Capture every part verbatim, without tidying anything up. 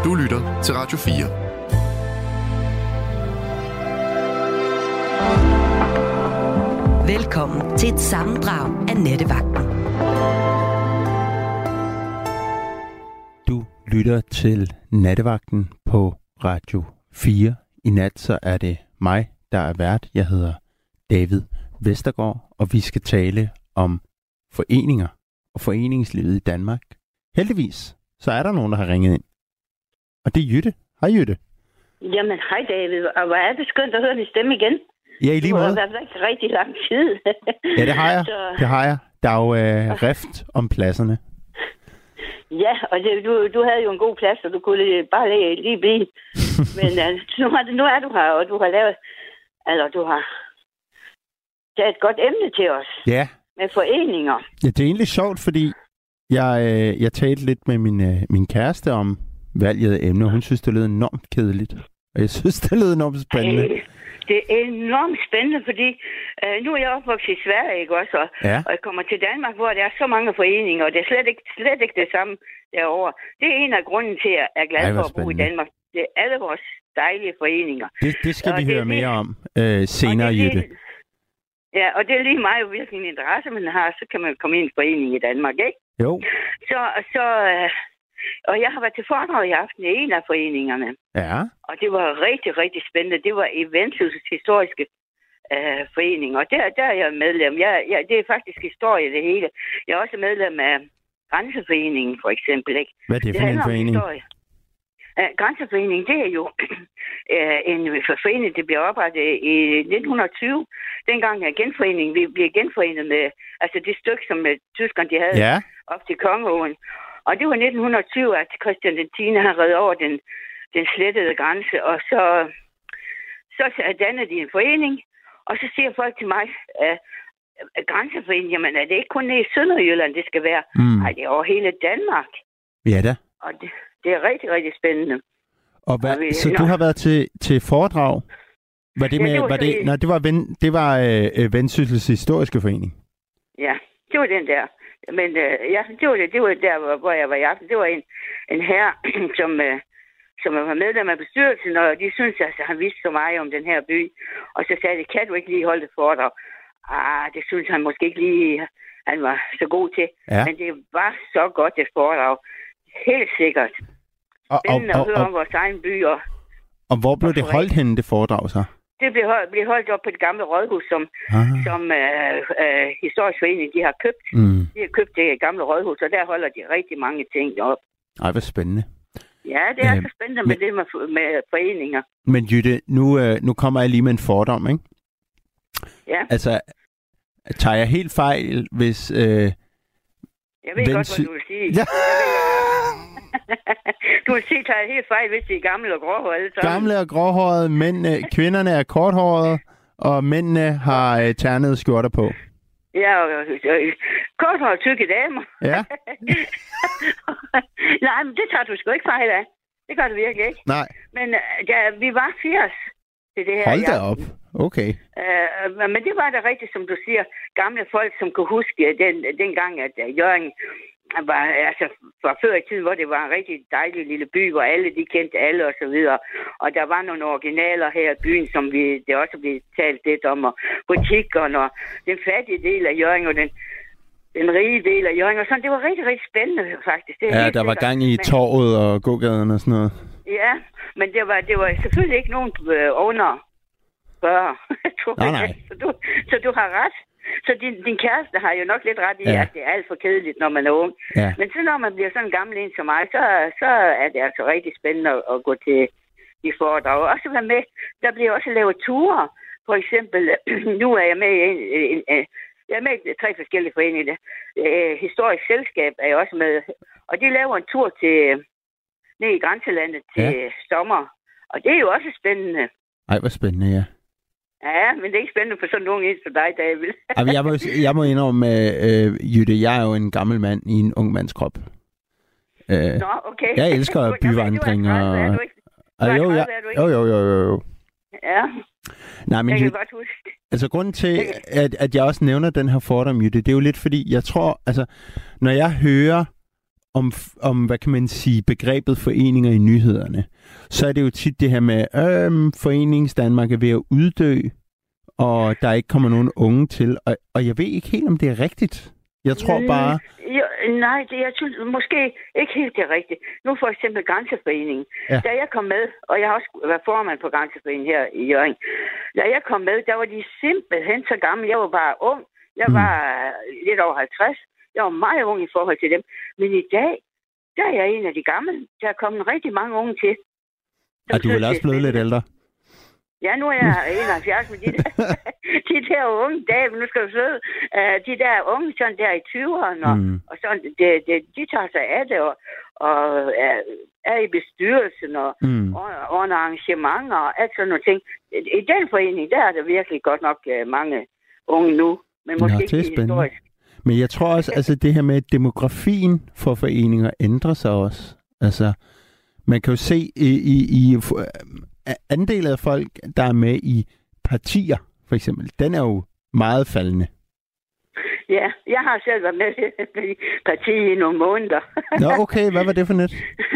Du lytter til Radio fire. Velkommen til et sammendrag af Nattevagten. Du lytter til Nattevagten på Radio fire. I nat så er det mig, der er vært. Jeg hedder David Vestergaard, og vi skal tale om foreninger og foreningslivet i Danmark. Heldigvis, så er der nogen, der har ringet ind. Og det er Jytte. Hej Jytte. Jamen, hej David. Og hvor er det skønt at høre din stemme igen. Ja, i lige måde. Det har været rigtig, rigtig lang tid. Ja, det har jeg. Så... Det har jeg. Der er jo øh, rift om pladserne. Ja, og det, du, du havde jo en god plads, og du kunne lige, bare lige, lige blive. Men uh, nu, er, nu er du her, og du har lavet... Altså, du har taget et godt emne til os. Ja. Med foreninger. Ja, det er egentlig sjovt, fordi jeg, øh, jeg talte lidt med min, øh, min kæreste om valget af emne, og hun synes, det lød enormt kedeligt. Og jeg synes, det lød enormt spændende. Ej, det er enormt spændende, fordi øh, nu er jeg opvokset i Sverige, ikke også? Og, ja. og jeg kommer til Danmark, hvor der er så mange foreninger, og det er slet ikke, slet ikke det samme derovre. Det er en af grunden til, at jeg er glad Ej, for at bo i Danmark. Det er alle vores dejlige foreninger. Det, det skal og vi det, høre mere om øh, senere, det, Jytte. Ja, og det er lige meget, hvilken interesse man har, så kan man komme ind i en forening i Danmark, ikke? Jo. Så, så øh, og jeg har været til foredrag i aften i en af foreningerne. Ja. Og det var rigtig, rigtig spændende. Det var Eventhus historiske øh, forening, og der, der er jeg medlem. Jeg, jeg, det er faktisk historie, det hele. Jeg er også medlem af Grænseforeningen, for eksempel, ikke? Hvad er det, det for en forening? Uh, Grænseforeningen, det er jo uh, en forening, det blev oprettet i nitten tyve. Dengang er genforeningen, vi blev genforenet med altså det stykke, som uh, tyskerne de havde ja. op til Kongeåen. Og det var nitten tyve, at Christian den tiende har reddet over den, den slettede grænse, og så, så dannede de en forening, og så siger folk til mig, at uh, Grænseforeningen, jamen er det ikke kun nede i Sønderjylland, det skal være? Nej, mm. det er over hele Danmark. Ja da. Og det, det er rigtig, rigtig spændende. Og hvad, og vi, så nå. Du har været til, til foredrag? Var det med, ja, det var, var det, i... nej, det var, ven, det var øh, Vendsyssels historiske forening? Ja, det var den der. Men øh, ja, det var det, det var der, hvor jeg var i aften. Det var en, en herre, som, øh, som var medlem af bestyrelsen, og de synes altså, han vidste så meget om den her by. Og så sagde de, kan du ikke lige holde et foredrag? Ah, det synes han måske ikke lige, han var så god til. Ja. Men det var så godt et foredrag. Helt sikkert. Spændende og, og, og, at høre om vores egen by. Og, og hvor blev og det holdt henne, det foredrag så? Det blev holdt, blev holdt op på det gamle rådhus, som, som øh, øh, historisk forening de har købt. Mm. De har købt det gamle rådhus, og der holder de rigtig mange ting op. Ej, hvor spændende. Ja, det er øh, så spændende med men, det med, med foreninger. Men Jytte, nu, øh, nu kommer jeg lige med en fordom, ikke? Ja. Altså, tager jeg helt fejl, hvis... Øh, jeg ved godt, hvad du vil sige. Ja. Du vil sige, tager helt fejl, hvis de er gamle og gråhårede. Gamle og gråhårede, mænd, kvinderne er korthårede, og mændene har øh, ternede skjorter på. Ja, og, og, og korthårede tykke damer. Ja. Nej, men det tager du sgu ikke fejl af. Det gør du virkelig ikke. Nej. Men ja, vi var firs til det her. Hold da op. Okay. Uh, men det var da rigtigt, som du siger, gamle folk, som kunne huske den, dengang, at uh, Jørgen var, altså fra før i tiden, hvor det var en rigtig dejlig lille by, hvor alle de kendte alle og så videre. Og der var nogle originaler her i byen, som vi, det også blev talt lidt om, og butikkerne, og den fattige del af Jørgen, og den, den rige del af Jørgen, og sådan. Det var rigtig, rigtig spændende, faktisk. Det ja, der sikkert. Var gang i men, torvet og gågaden og sådan noget. Ja, men det var, det var selvfølgelig ikke nogen øh, under fyrre, nej, nej. Så, du, så du har ret. Så din, din kæreste har jo nok lidt ret i, ja. At det er alt for kedeligt, når man er ung. Ja. Men så når man bliver sådan gammel en som mig, så, så er det altså rigtig spændende at, at gå til de foredrag. Og også være med. Der bliver også lavet ture. For eksempel, nu er jeg med i en, en, en, jeg er med i tre forskellige foreninger. Eh, Historisk Selskab er jeg også med. Og de laver en tur til ned i grænselandet til ja. sommer. Og det er jo også spændende. Ej, hvor spændende, ja. Ja, men det er ikke spændende for sådan nogen en som dig, David. Ej, jeg, må, jeg må indrømme, øh, Jytte, jeg er jo en gammel mand i en ung mands krop. Øh, Nå, okay. Jeg elsker byvandring og... Du er du ikke? Du er jo, ja. jo, jo, jo, jo, jo. Ja, nej, men jeg kan Jytte, godt huske. Altså, grunden til, at, at jeg også nævner den her fordom, Jytte, det er jo lidt fordi, jeg tror, altså, når jeg hører om, om, hvad kan man sige, begrebet foreninger i nyhederne, så er det jo tit det her med, øhm, Foreningsdanmark er ved at uddø, og der ikke kommer nogen unge til, og, og jeg ved ikke helt, om det er rigtigt. Jeg tror bare... Mm, jo, nej, det, jeg synes måske ikke helt det er rigtigt. Nu for eksempel Grænseforeningen. Ja. Da jeg kom med, og jeg har også været formand på Grænseforeningen her i Hjørring. Da jeg kom med, der var de simpelthen så gamle. Jeg var bare ung. Jeg var mm. lidt over halvtreds. Jeg var meget ung i forhold til dem. Men i dag, der er jeg en af de gamle. Der er kommet rigtig mange unge til. Og du er vel også blevet lidt ældre? Ja, nu er jeg enoghalvfjerds, men de der, de der unge dage, nu skal du sidde, uh, de der unge sådan der i tyverne, og, mm. og sådan, det, det, de tager sig af det, og, og er, er i bestyrelsen, og mm. ordner arrangementer, og alt sådan nogle ting. I den forening, der er der virkelig godt nok uh, mange unge nu, men måske Nå, ikke historisk. Men jeg tror også, altså det her med demografien for foreninger ændrer sig også. Altså, man kan jo se i... i, i andel af folk, der er med i partier, for eksempel, den er jo meget faldende. Ja, jeg har selv været med i partiet i nogle måneder. Nå, okay. Hvad var det for net?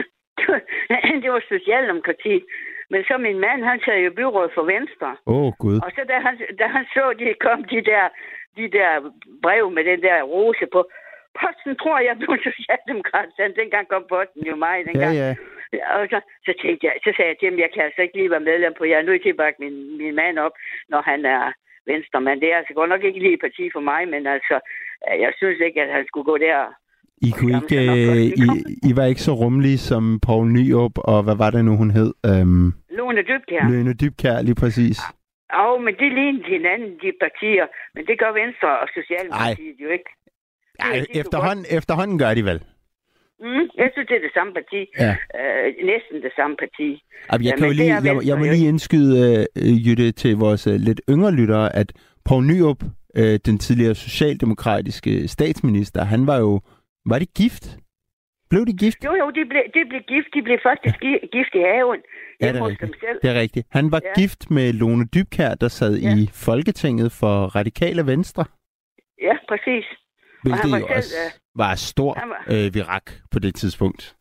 Det var Socialdemokratiet. Men så min mand, han sad jo byrådet for Venstre. Åh, oh, Gud. Og så da han, da han så, de kom de der, de der brev med den der rose på, posten tror jeg blev socialdemokrat. Dengang kom posten jo mig. Dengang. Ja, ja. Og så, så tænkte jeg, så sagde jeg til ham, jeg kan altså ikke lige være medlem på, jeg er nødt til at bakke min, min mand op, når han er venstremand. Det er altså godt nok ikke lige et parti for mig, men altså, jeg synes ikke, at han skulle gå der. I kunne ikke, øh, I, I var ikke så rummelige som Poul Nyrup, og hvad var det nu, hun hed? Um, Lone Dybkjær. Lone Dybkjær, lige præcis. Ja, oh, men det lignede hinanden, de partier, men det gør Venstre og Socialdemokratiet jo ikke. Ej, efterhånden, efterhånden gør de vel. Mm, jeg synes, det er det samme parti. Ja. Øh, næsten det samme parti. Jamen, jeg, kan jo lige, jeg, jeg må lige indskyde, uh, Jytte, til vores uh, lidt yngre lyttere, at Poul Nyrup, uh, den tidligere socialdemokratiske statsminister, han var jo... Var de gift? Blev de gift? Jo, jo, de blev, de blev gift. De blev faktisk ja. gift i haven. Ja, det er rigtigt. Det er rigtigt. Han var ja. gift med Lone Dybkjær, der sad ja. i Folketinget for Radikale Venstre. Ja, præcis. Hvilket jo selv, også var stor var... Øh, virak på det tidspunkt.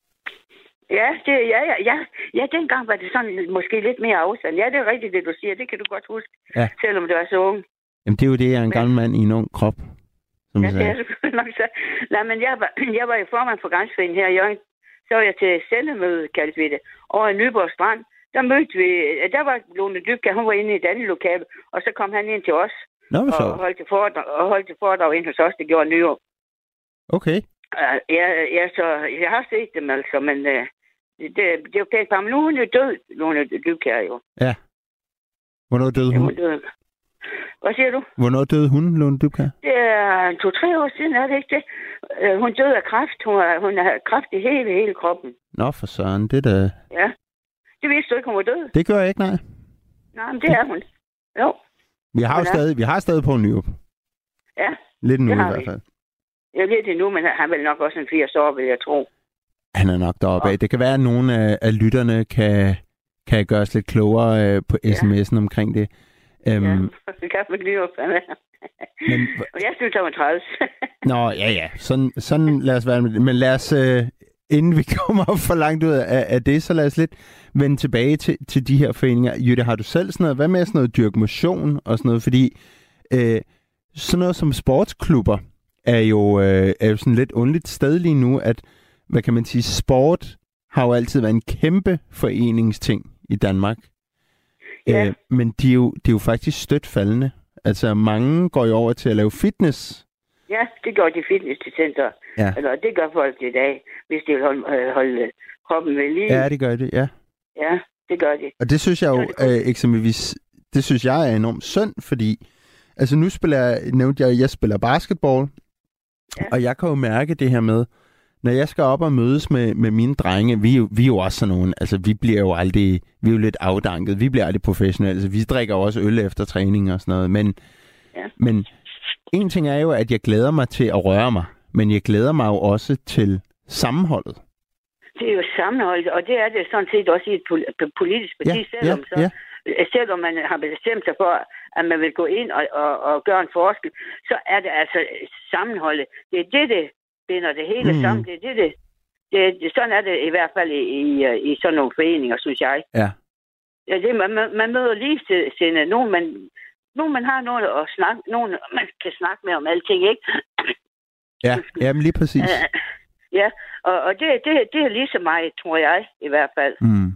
Ja, det, ja, ja, ja. Ja, dengang var det sådan måske lidt mere afstand. Ja, det er rigtigt, det du siger. Det kan du godt huske, ja. selvom du er så ung. Jamen, det er jo det, jeg er en gammel mand i en ung krop. Som ja, det er du nok så. Nej, men jeg var, jeg var i formand for Grænseforeningen her i Hjørring. Så var jeg til sendemøde, kaldte vi det, over i Nyborg Strand. Der mødte vi, der var Lone Dybkjær, hun var inde i et andet lokale, og så kom han ind til os. Nå, så. Og holdt til foredrag, og holdt til foredrag ind hos os, det gjorde Nyrup. Okay. Uh, ja, ja, så jeg har set dem altså, men uh, det, det er jo pænt bare. Men nu er hun jo død, Lone Dybkjær jo. Ja. Hvornår døde hun? Ja, hun døde. Hvad siger du? Hvornår døde hun, Lone Dybkjær? Det er to-tre år siden, er det ikke det? Uh, hun døde af kræft. Hun har, hun har kræft i hele, hele kroppen. Nå, for søren, det da... Ja. Det vidste du ikke, hun var død? Det gør jeg ikke, nej. Nej, men det er hun. Jo. Vi har jo stadig, vi har stadig Poul Nyrup. Ja. Lidt nu i hvert fald. Jeg ved det nu, men han er vel nok også en firs år, vil jeg tro. Han er nok deroppe af. Det kan være, at nogle af, af lytterne kan, kan gøre os lidt klogere øh, på sms'en ja. omkring det. Um, ja, det kan man lige men jeg synes, det var træls. Nå, ja, ja. Sådan, sådan lad os være med det. Men lad os, øh, inden vi kommer op for langt ud af, af det, så lad os lidt vende tilbage til, til de her foreninger. Jytte, har du selv sådan noget? Hvad med sådan noget dyrk motion og sådan noget? Fordi øh, sådan noget som sportsklubber er jo, øh, er jo sådan lidt underligt sted lige nu, at, hvad kan man sige, sport har jo altid været en kæmpe foreningsting i Danmark. Ja. Øh, men de er, jo, de er jo faktisk stødt faldende. Altså, mange går jo over til at lave fitness. Ja, det gør de fitness til center. Ja. Eller det gør folk i dag, hvis de vil holde, holde kroppen ved liv. Ja, det gør de, ja. Ja, det gør de. Og det synes jeg jo, øh, eksempelvis, det synes jeg er enormt synd, fordi, altså nu spiller jeg, nævnte jeg, jeg spiller basketball, ja. Og jeg kan jo mærke det her med, når jeg skal op og mødes med, med mine drenge, vi, vi er jo også sådan nogle, altså vi bliver jo aldrig, vi er jo lidt afdanket, vi bliver aldrig professionelle, altså vi drikker jo også øl efter træning og sådan noget, men, ja. men en ting er jo, at jeg glæder mig til at røre mig, men jeg glæder mig jo også til sammenholdet. Det er jo sammenholdet, og det er det sådan set også i et politisk parti, ja, selvom, ja, så, ja. selvom man har bestemt sig for, at man vil gå ind og, og, og gøre en forskel, så er det altså sammenholdet. Det er det, det binder det hele mm. sammen. Det, det, det, det, det, sådan er det i hvert fald i, i, i sådan nogle foreninger, synes jeg. Ja. Ja, det, man, man møder lige til, til nogen, man, nogen, man har noget at snakke, nogen, man kan snakke med om alting, ikke? Ja, jamen lige præcis. Uh, ja, og, og det, det, det er lige så mig, tror jeg, i hvert fald. Mm.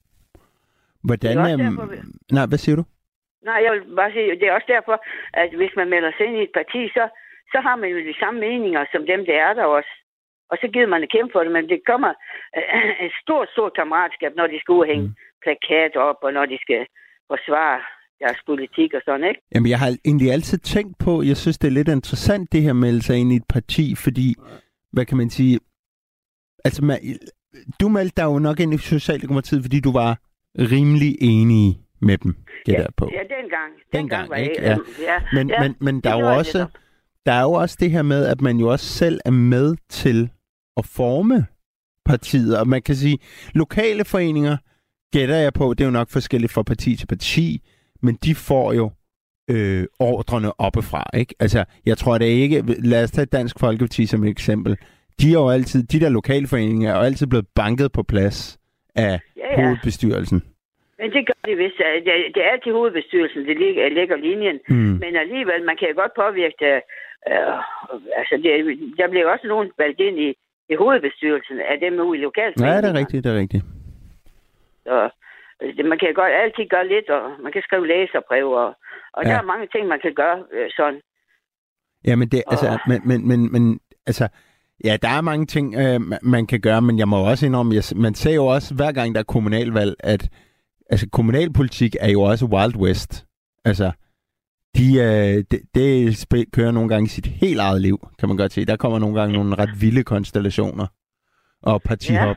Hvordan... Det er derfor, vi... Nej, hvad siger du? Nej, jeg vil bare sige, det er også derfor, at hvis man melder sig ind i et parti, så, så har man jo de samme meninger som dem, der er der også. Og så gider man at kæmpe for det, men det kommer uh, et stort, stort kammeratskab, når de skal udhænge mm. plakater op, og når de skal forsvare deres politik og sådan, ikke? Jamen, jeg har egentlig altid tænkt på, jeg synes, det er lidt interessant, det her at melde sig ind i et parti, fordi, hvad kan man sige, altså, man, du meldte dig jo nok ind i Socialdemokratiet, fordi du var rimelig enig med dem, gætter jeg ja, på. Ja, dengang. Dengang, dengang var ikke? Jeg, ja. ja. Men, ja, men, men der, er jo også, der er jo også det her med, at man jo også selv er med til at forme partiet, og man kan sige, lokale foreninger, gætter jeg på, det er jo nok forskelligt fra parti til parti, men de får jo øh, ordrene oppefra, ikke? Altså, jeg tror det ikke... Lad os tage Dansk Folkeparti som et eksempel. De er jo altid... De der lokalforeninger er jo altid blevet banket på plads af ja, ja. hovedbestyrelsen. Men det gør det vist. Det, det er altid hovedbestyrelsen, det ligger, ligger linjen. Mm. Men alligevel, man kan jo godt påvirke det. Øh, altså, det, der bliver også nogen valgt ind i, i hovedbestyrelsen af dem ude i lokalforeninger. Ja, det er rigtigt, det er rigtigt. Så... Man kan godt altid gøre lidt, og man kan skrive læserbrev, og, og ja. Der er mange ting, man kan gøre øh, sådan. Ja, men det, altså, og... men, men, men, men, altså, ja, der er mange ting, øh, man kan gøre, men jeg må også indrømme, jeg, man ser jo også, hver gang der er kommunalvalg, at altså, kommunalpolitik er jo også Wild West. Altså, de, øh, det, det spil, kører nogle gange sit helt eget liv, kan man godt se. Der kommer nogle gange nogle ret vilde konstellationer og partihop.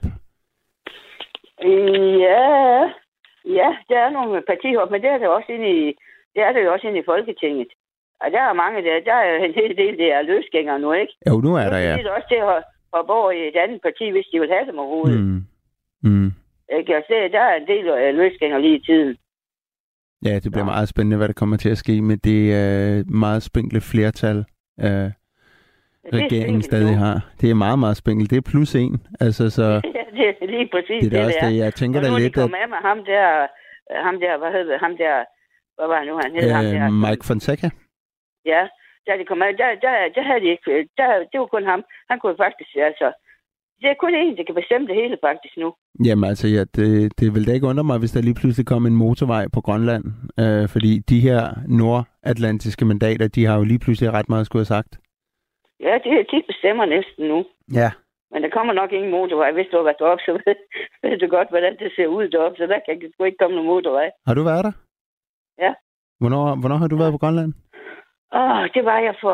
Ja, ja. Ja, der er nogle partihop, men det er det også inde i, det er det jo også inde i Folketinget. Og der er mange der, der er en hel del, der er løsgængere nu, ikke? Jo, nu er der, ja. Det er også til at hoppe over i et andet parti, hvis de vil have dem overhovedet. Mm. Mm. Jeg kan se, der er en del af løsgængere lige i tiden. Ja, det bliver ja. meget spændende, hvad der kommer til at ske med det uh, meget spinkle flertal, uh, ja, regeringen stadig nu. har. Det er meget, meget spinkelt. Det er plus en. Altså, så... Ja, det er lige præcis det. Er det, også det, jeg tænker da lidt, at... af med ham der, ham der, hvad hedder ham der, hvad var nu, han hed øh, ham der? Mike Fonseca? Ja, da de kom af, der, der, der havde de ikke, der, det var kun ham. Han kunne faktisk, altså, det er kun en, der kan bestemme det hele faktisk nu. Jamen altså, ja, det, det vil da ikke undre mig, hvis der lige pludselig kom en motorvej på Grønland, øh, fordi de her nordatlantiske mandater, de har jo lige pludselig ret meget skulle have sagt. Ja, de, de bestemmer næsten nu. Ja. Men der kommer nok ingen motorvej. Hvis du har været deroppe, så ved, ved du godt, hvordan det ser ud deroppe. Så der kan sgu ikke komme nogen motorvej. Har du været der? Ja. Hvornår, hvornår har du været på Grønland? Åh, oh, det var jeg for...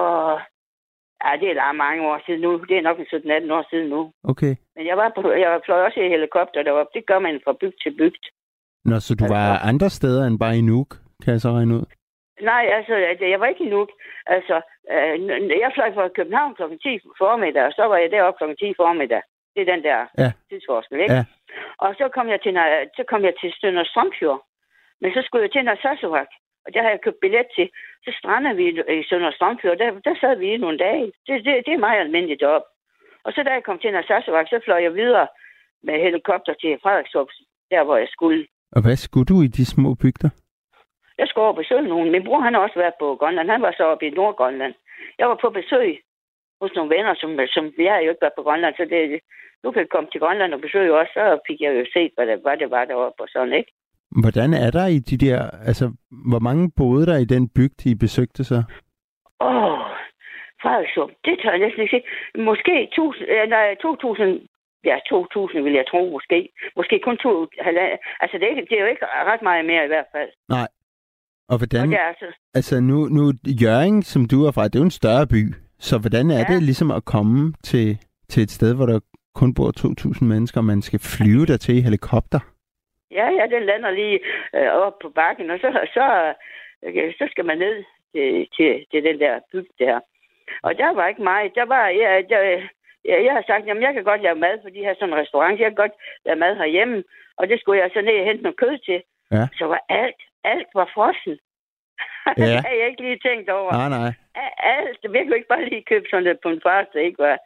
Ja, det er mange år siden nu. Det er nok sytten atten år siden nu. Okay. Men jeg var på, jeg fløj også i helikopter deroppe. Det gør man fra bygd til bygd. Nå, så du var altså andre steder end bare i Nuuk, kan jeg så regne ud? Nej, altså, jeg var ikke i Nuuk. Altså, øh, jeg fløj fra København klokken ti formiddag, og så var jeg deroppe klokken ti formiddag. Det er den der ja. tidsforskel, ikke? Ja. Og så kom jeg til, så kom jeg til Sønder Strømfjord. Men så skulle jeg til Narsarsuaq, og der havde jeg købt billet til. Så strandede vi i Sønder Strømfjord, der, der sad vi i nogle dage. Det, det, det er meget almindeligt deroppe. Og så da jeg kom til Narsarsuaq, så fløj jeg videre med helikopter til Frederikshus, der hvor jeg skulle. Og hvad skulle du i de små bygder? Jeg skulle over besøge nogen. Min bror, han har også været på Grønland. Han var så oppe i Nordgrønland. Jeg var på besøg hos nogle venner, som, som jeg har jo ikke været på Grønland, så det, nu kan jeg komme til Grønland og besøge også, så fik jeg jo set, hvad det, hvad det var deroppe og sådan, ikke? Hvordan er der i de der, altså, hvor mange boede der i den bygd, I besøgte så? Åh, oh, Frederikshus, det tør jeg næsten ikke sige. Måske tusind, nej, to tusind, ja, to tusind vil jeg tro, måske. Måske kun to, altså det er, ikke, det er jo ikke ret meget mere i hvert fald. Nej. Og hvordan, og altså, altså nu, nu Hjørring, som du er fra, det er jo en større by, så hvordan er ja. det ligesom at komme til, til et sted, hvor der kun bor to tusind mennesker, og man skal flyve der til i helikopter? Ja, ja, den lander lige øh, op på bakken, og så, så, okay, så skal man ned til, til, til den der bygd der. Og der var ikke meget. Der var, ja, der, jeg, jeg har sagt, jamen jeg kan godt lave mad, for de her sådan en restaurant. Jeg kan godt lave mad herhjemme, og det skulle jeg så ned og hente noget kød til. Ja. Så var alt, alt var frossen. Ja. Det har jeg ikke lige tænkt over. Nej, nej. Alt, jeg kunne ikke bare lige købe sådan noget på en fars, det ikke var.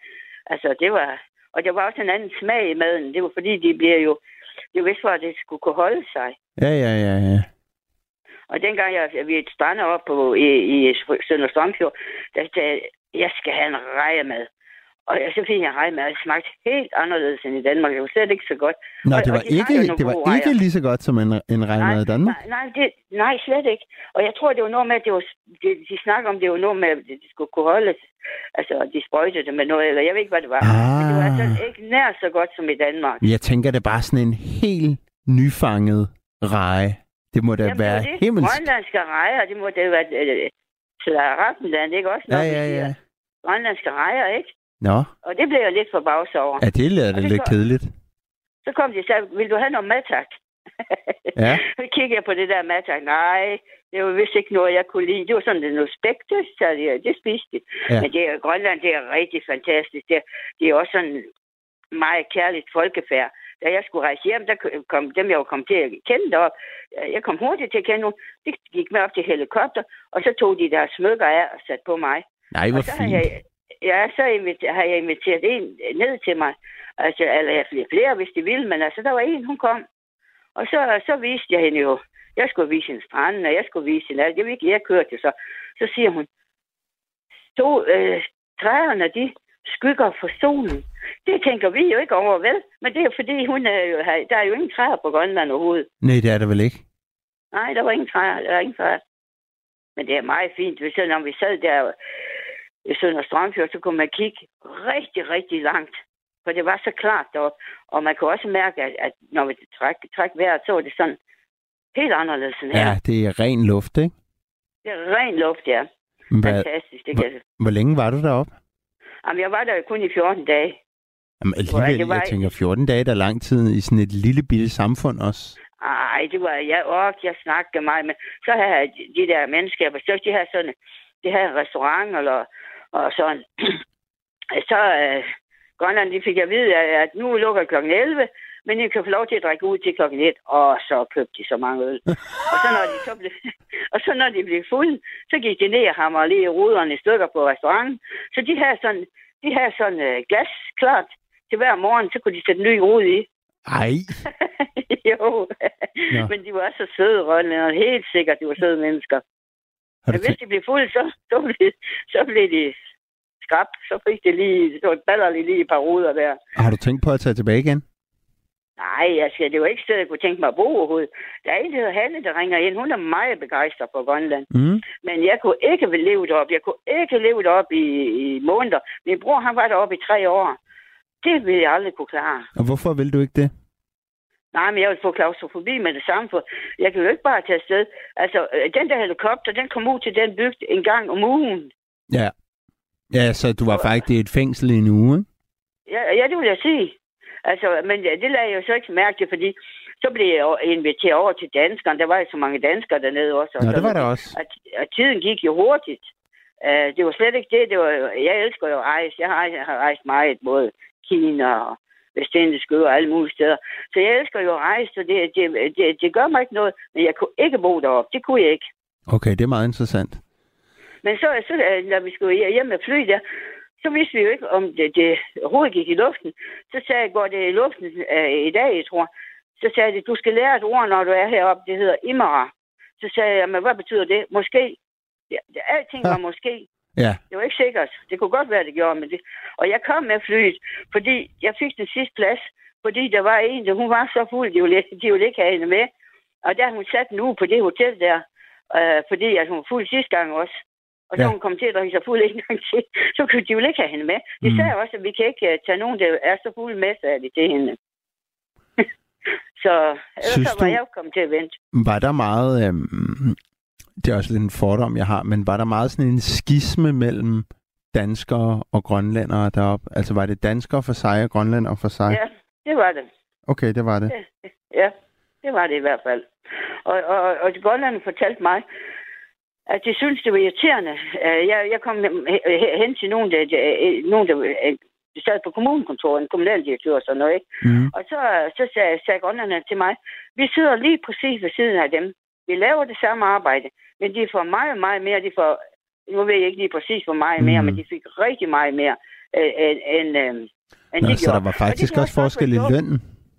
Altså, det var... Og der var også en anden smag i maden. Det var fordi, de bliver jo... Det var vist for, at det skulle kunne holde sig. Ja, ja, ja, ja. Og dengang jeg, vi strandede op på, i, i Sønder Strømfjord, der sagde jeg, jeg skal have en rejemad. Og så fik jeg en rejemad, og det smagte helt anderledes end i Danmark. Det var slet ikke så godt. Nå, og, det var, de ikke, det var ikke lige så godt som en, en rejemad i Danmark? Nej, nej, det, nej, slet ikke. Og jeg tror, det var noget med, at det var, de, de snakker om, det var noget med, at det skulle kunne holdes. Altså, de sprøjtede det med noget, eller jeg ved ikke, hvad det var. Ah. Men det var altså ikke nær så godt som i Danmark. Jeg tænker, det er bare sådan en helt nyfanget reje. Det må da Jamen, være det himmelsk. Grønlandske rejer, det må da være øh, Slaraffenland, ikke også? Ja, ja, ja. Grønlandske rejer, ikke? Nå. Og det blev jeg lidt forbavset over. Ja, det lader det lidt kom, kedeligt. Så kom de og sagde, vil du have noget matak? Ja. Så kiggede jeg på det der matak. Nej, det var vist ikke noget, jeg kunne lide. Det var sådan det noget spæk, det, så det, det spiste de. Ja. Men det er, Grønland, det er rigtig fantastisk. Det er, det er også sådan meget kærligt folkefærd. Da jeg skulle rejse hjem, der kom dem, jeg var kommet til at kende derop. Jeg kom hurtigt til at kende nogen. Det gik med op til helikopter, og så tog de der smykker af og satte på mig. Nej, hvor fint. Jeg, ja, så har jeg inviteret en ned til mig. Altså, eller jeg flere, flere, hvis de ville, men altså, der var en, hun kom. Og så, så viste jeg hende jo, jeg skulle vise hende stranden, og jeg skulle vise hende alt. Jeg ved ikke, jeg kørte så. Så siger hun, så øh, træerne, de skygger for solen. Det tænker vi jo ikke over, vel? Men det er fordi, hun er jo, der er jo ingen træer på Grønland overhovedet. Nej, det er der vel ikke? Nej, der var ingen træer. Der er ingen træer. Men det er meget fint. Hvis når vi sad der i Sønder Strømfjord, så kunne man kigge rigtig, rigtig langt. For det var så klart deroppe. Og man kunne også mærke, at, at når vi træk, træk vejret, så var det sådan helt anderledes end her. Ja, det er ren luft, ikke? Det er ren luft, ja. Hva, Fantastisk. Det hvor, kan... hvor længe var du deroppe? Jamen, jeg var der jo kun i fjorten dage. Jamen, alligevel, var... jeg tænker fjorten dage, der er lang tid i sådan et lille bitte samfund også. Ej, det var jeg også, jeg snakkede meget med. Så havde jeg de der mennesker, så de havde sådan, de havde en restaurant, eller, og sådan. Så øh, Grønland, de fik jeg vide, at nu lukker klokken elleve, men I kan få lov til at drikke ud til klokken et, og så købte de så mange øl. og, så når de så blev, og så når de blev fulde, så gik de ned og hamrede lige ruderne i stykker på restauranten. Så de havde sådan, de havde sådan uh, glas klart til hver morgen, så kunne de sætte en ny rude i. Ej. jo, ja. Men de var så søde, Grønland, helt sikkert, de var søde mennesker. Men hvis de blev fulde, så, så, blev, så blev de skrab, så fik det lige, så baller lige et par ruder der. Har du tænkt på at tage tilbage igen? Nej, altså, det var ikke stedet, jeg kunne tænke mig at bo overhovedet. Der er en, der hedder Hanne, der ringer ind. Hun er meget begejstret for Grønland. Mm. Men jeg kunne ikke leve deroppe. Jeg kunne ikke leve deroppe i, i måneder. Min bror, han var deroppe i tre år. Det ville jeg aldrig kunne klare. Og hvorfor vil du ikke det? Nej, men jeg vil få klaustrofobi med det samme. For jeg kan jo ikke bare tage afsted. Altså, den der helikopter, den kom ud til den bygd en gang om ugen. Ja. Ja, så du var og... faktisk i et fængsel i en uge, ikke? Ja, ja, det vil jeg sige. Altså, men det lagde jeg jo så ikke mærke til, fordi så blev jeg inviteret over til danskerne. Der var jo så mange danskere dernede også. Nå, det var der også. At, at tiden gik jo hurtigt. Uh, det var slet ikke det. det var, jeg elsker jo at rejse. Jeg har, jeg har rejst meget, både Kina og Vestindiske Øer og alle mulige steder. Så jeg elsker jo at rejse, så det, det, det, det gør mig ikke noget. Men jeg kunne ikke bo deroppe. Det kunne jeg ikke. Okay, det er meget interessant. Men så, så når vi skulle hjem med fly der, så vidste vi jo ikke, om det, det overhovedet gik i luften. Så sagde jeg, går det i luften øh, i dag, jeg tror. Så sagde jeg, du skal lære et ord, når du er heroppe. Det hedder Imara. Så sagde jeg, men hvad betyder det? Måske. Ja, alting var måske. Ja. Det var ikke sikkert. Det kunne godt være, det gjorde, men det... Og jeg kom med flyet, fordi jeg fik den sidste plads, fordi der var en, der hun var så fuld, de ville, de ville ikke have hende med. Og der hun sat en uge på det hotel der, øh, fordi at hun var fuld sidste gang også. Og så ja. Hun kom til at drikke sig fuld en gang til. Så kunne de jo ikke have hende med. De mm. sagde også, at vi kan ikke tage nogen, der er så fuld med, sagde de til hende. så ellers så var du, jeg jo kommet til at vente. Var der meget, øhm, det er også lidt en fordom, jeg har, men var der meget sådan en skisme mellem danskere og grønlændere deroppe? Altså var det danskere for sig og grønlændere for sig? Ja, det var det. Okay, det var det. Ja, det var det i hvert fald. Og, og, og de grønlændere fortalte mig, at de synes, det var irriterende. Jeg, jeg kom hen til nogen, der, nogen, der sad på kommunekontoret, en kommunaldirektør og sådan noget, ikke? Mm. Og så, så sagde, sagde grønlænderne til mig, vi sidder lige præcis ved siden af dem. Vi laver det samme arbejde, men de får meget, meget mere. De får, nu ved jeg ikke lige præcis, hvor meget mere, mm. men de fik rigtig meget mere end, end, end Nå, de så gjorde. der var faktisk også forskel i lønnen?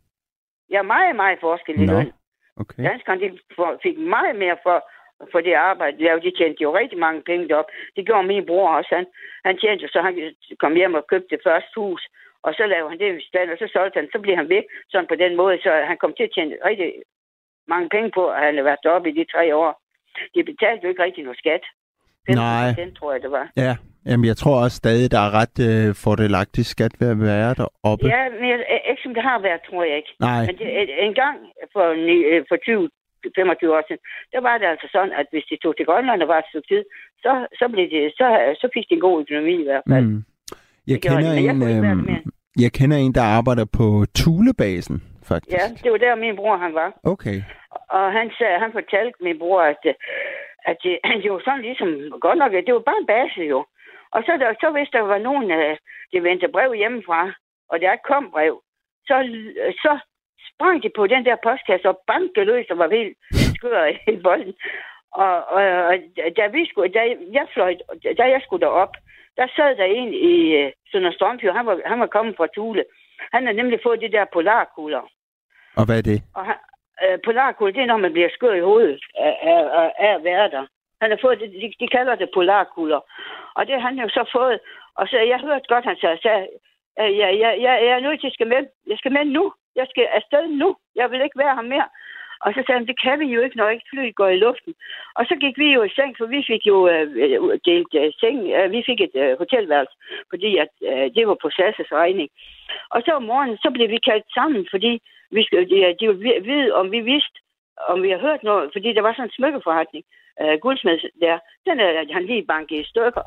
Ja, meget, meget forskel i Nå, løn. okay. Danskerne de fik meget mere for, for det arbejde. De tjente jo rigtig mange penge derop. Det gjorde min bror også. Han, han tjente så han kom hjem og købte det første hus. Og så lavede han det i stand, og så solgte han. Så blev han væk sådan på den måde. Så han kom til at tjene rigtig mange penge på, at han havde været deroppe i de tre år. De betalte jo ikke rigtig noget skat. Nej. Den tror jeg, det var. Ja, jamen jeg tror også stadig, der er ret øh, fordelagtig skat ved at være deroppe. Ja, men jeg, ikke som det har været, tror jeg ikke. Nej. Men det, en gang for, for tyve til femogtyve år siden, der var det altså sådan, at hvis de tog til Grønland og var et stykke tid, så, så, blev det, så, så fik de en god økonomi i hvert fald. Mm. Jeg, kender en, jeg, øh, jeg kender en, der arbejder på Thulebasen, faktisk. Ja, det var der, min bror han var. Okay. Og han, sagde, han fortalte min bror, at, at det, det var sådan ligesom, godt nok, det var bare en base jo. Og så, der, så hvis der var nogen, der vendte brev hjemmefra, og der ikke kom brev, så, så sprang de på den der postkasse og bankede løs og var helt skør i bolden. Og, og, og da, vi skulle, da, jeg fløj, da jeg skulle derop, der sad der en i Sønder Strømfjord, han var, han var kommet fra Thule. Han har nemlig fået de der polarkugler. Og hvad er det? Og han, øh, polarkugler, det er, når man bliver skør i hovedet af, af, af at være der. Han har fået det, de, de kalder det polarkugler. Og det har han jo så fået. Og så jeg hørte godt, han sagde, sagde øh, jeg, jeg, jeg, jeg er nødt til at skal med. Jeg skal med nu. Jeg skal afsted nu. Jeg vil ikke være her mere. Og så sagde han, det kan vi jo ikke, når ikke flyet går i luften. Og så gik vi jo i seng, for vi fik jo øh, delt øh, seng. Øh, vi fik et øh, hotelværelse, fordi at, øh, det var på S A S' regning. Og så om morgenen, så blev vi kaldt sammen, fordi vi, de, de ville vide, om vi vidste, om vi har hørt noget. Fordi der var sådan en smykkeforretning, øh, guldsmed der. Den er han lige banket i stykker.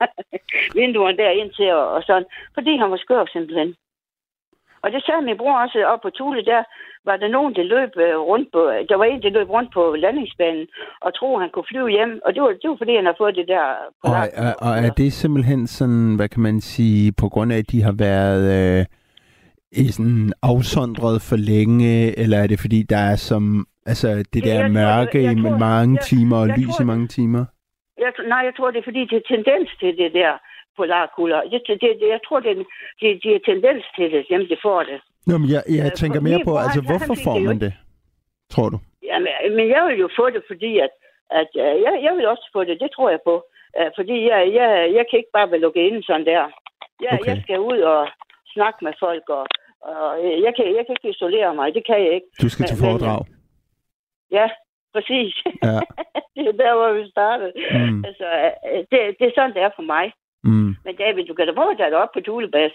Vinduerne der ind til og, og sådan. Fordi han var skør simpelthen. Og det sagde min bror også op på Thule, der var der nogen, der løb rundt på, der var en, der løb rundt på landingsbanen og troede, han kunne flyve hjem. Og det var, det var fordi, han har fået det der... Og, og, og er det simpelthen sådan, hvad kan man sige, på grund af, at de har været øh, i sådan afsondret for længe, eller er det fordi, der er som, altså det der jeg mørke tror, i tror, mange jeg, timer og lys tror, i mange timer? Jeg, nej, jeg tror, det er fordi, det er tendens til det der polarkugler. Det, det, det, jeg tror, det er, det, det er tendens til det, jamen det får det. Nå, men jeg, jeg tænker mere på, altså hvorfor får man det, tror du? Jamen, men jeg vil jo få det, fordi at, at jeg, jeg vil også få det, det tror jeg på. Fordi jeg, jeg, jeg kan ikke bare være lukket inde sådan der. Jeg, okay. jeg skal ud og snakke med folk, og, og jeg, kan, jeg kan ikke isolere mig, det kan jeg ikke. Du skal til foredrag. Men, ja, præcis. Ja. Det er der, hvor vi startede. Mm. Altså, det, det er sådan, det er for mig. Mm. Men David, du kan da prøve at tage dig op på Thulebas.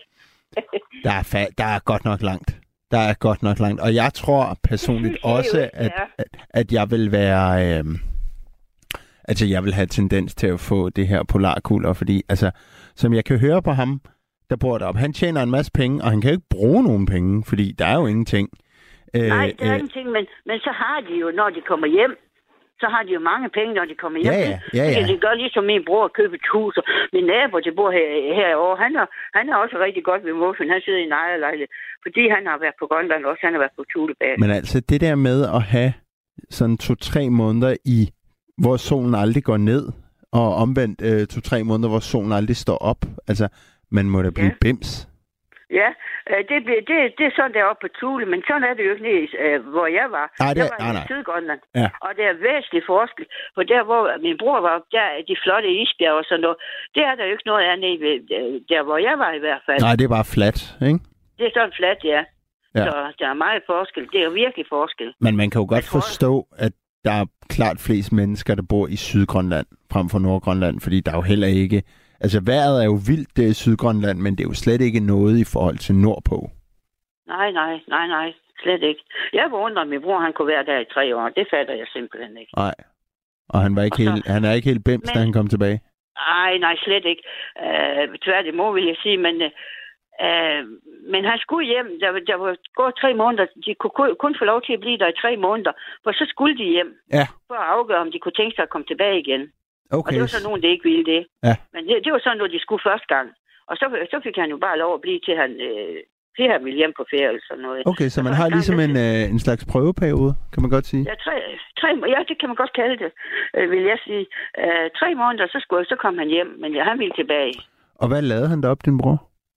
der, er fa- der er godt nok langt. Der er godt nok langt. Og jeg tror personligt også, ikke, at, at, at jeg vil være... Øh, altså, jeg vil have tendens til at få det her polarkugler, fordi, altså, som jeg kan høre på ham, der bor deroppe, han tjener en masse penge, og han kan jo ikke bruge nogen penge, fordi der er jo ingenting. Nej, der er øh, ingenting, men, men så har de jo, når de kommer hjem, så har de jo mange penge, når de kommer hjem. Ja, ja, ja, ja. Så de gør ligesom min bror at købe et hus. Og min nabo, der bor her, herovre, han er, han er også rigtig godt ved Måsen. Han sidder i en ejerlejlighed, fordi han har været på Grønland også. Han har været på Thulebas. Men altså, det der med at have sådan to-tre måneder i, hvor solen aldrig går ned, og omvendt øh, to-tre måneder, hvor solen aldrig står op. Altså, man må da blive ja. bims. Ja, det, det, det er sådan deroppe på Thule, men sådan er det jo ikke nede, øh, hvor jeg var. Nej, det, jeg var nej, nej. i Sydgrønland, ja. Og det er væsentlig forskel. For der, hvor min bror var, der er de flotte isbjerge og sådan noget. Det er der jo ikke noget af nede ved, der, hvor jeg var i hvert fald. Nej, det er bare fladt, ikke? Det er sådan fladt, ja. ja. Så der er meget forskel. Det er jo virkelig forskel. Men man kan jo godt forstå, at der er klart flest mennesker, der bor i Sydgrønland frem for Nordgrønland, fordi der er jo heller ikke... Altså, vejret er jo vildt, det er Sydgrønland, men det er jo slet ikke noget i forhold til nordpå. Nej, nej, nej, nej. Slet ikke. Jeg var under, at min bror han kunne være der i tre år. Det fatter jeg simpelthen ikke. Nej. Og han, var ikke så, helt, han er ikke helt bims, men, da han kom tilbage? Nej, nej, slet ikke. Uh, tværtimod vil jeg sige, men, uh, men han skulle hjem. Der, der var gået tre måneder. De kunne kun få lov til at blive der i tre måneder, for så skulle de hjem. Ja. For at afgøre, om de kunne tænke sig at komme tilbage igen. Okay. Og det var så nogen, der ikke ville det. Ja. Men det, det var sådan noget, de skulle første gang. Og så, så fik han jo bare lov at blive til, han, øh, til han ville hjem på ferie eller sådan noget. Okay, så man har ligesom en, øh, en slags prøveperiode, kan man godt sige? Ja, tre, tre, ja, det kan man godt kalde det, øh, vil jeg sige. Øh, tre måneder, så, skulle, så kom han hjem, men ja, han ville tilbage. Og hvad lavede han deroppe, din bror?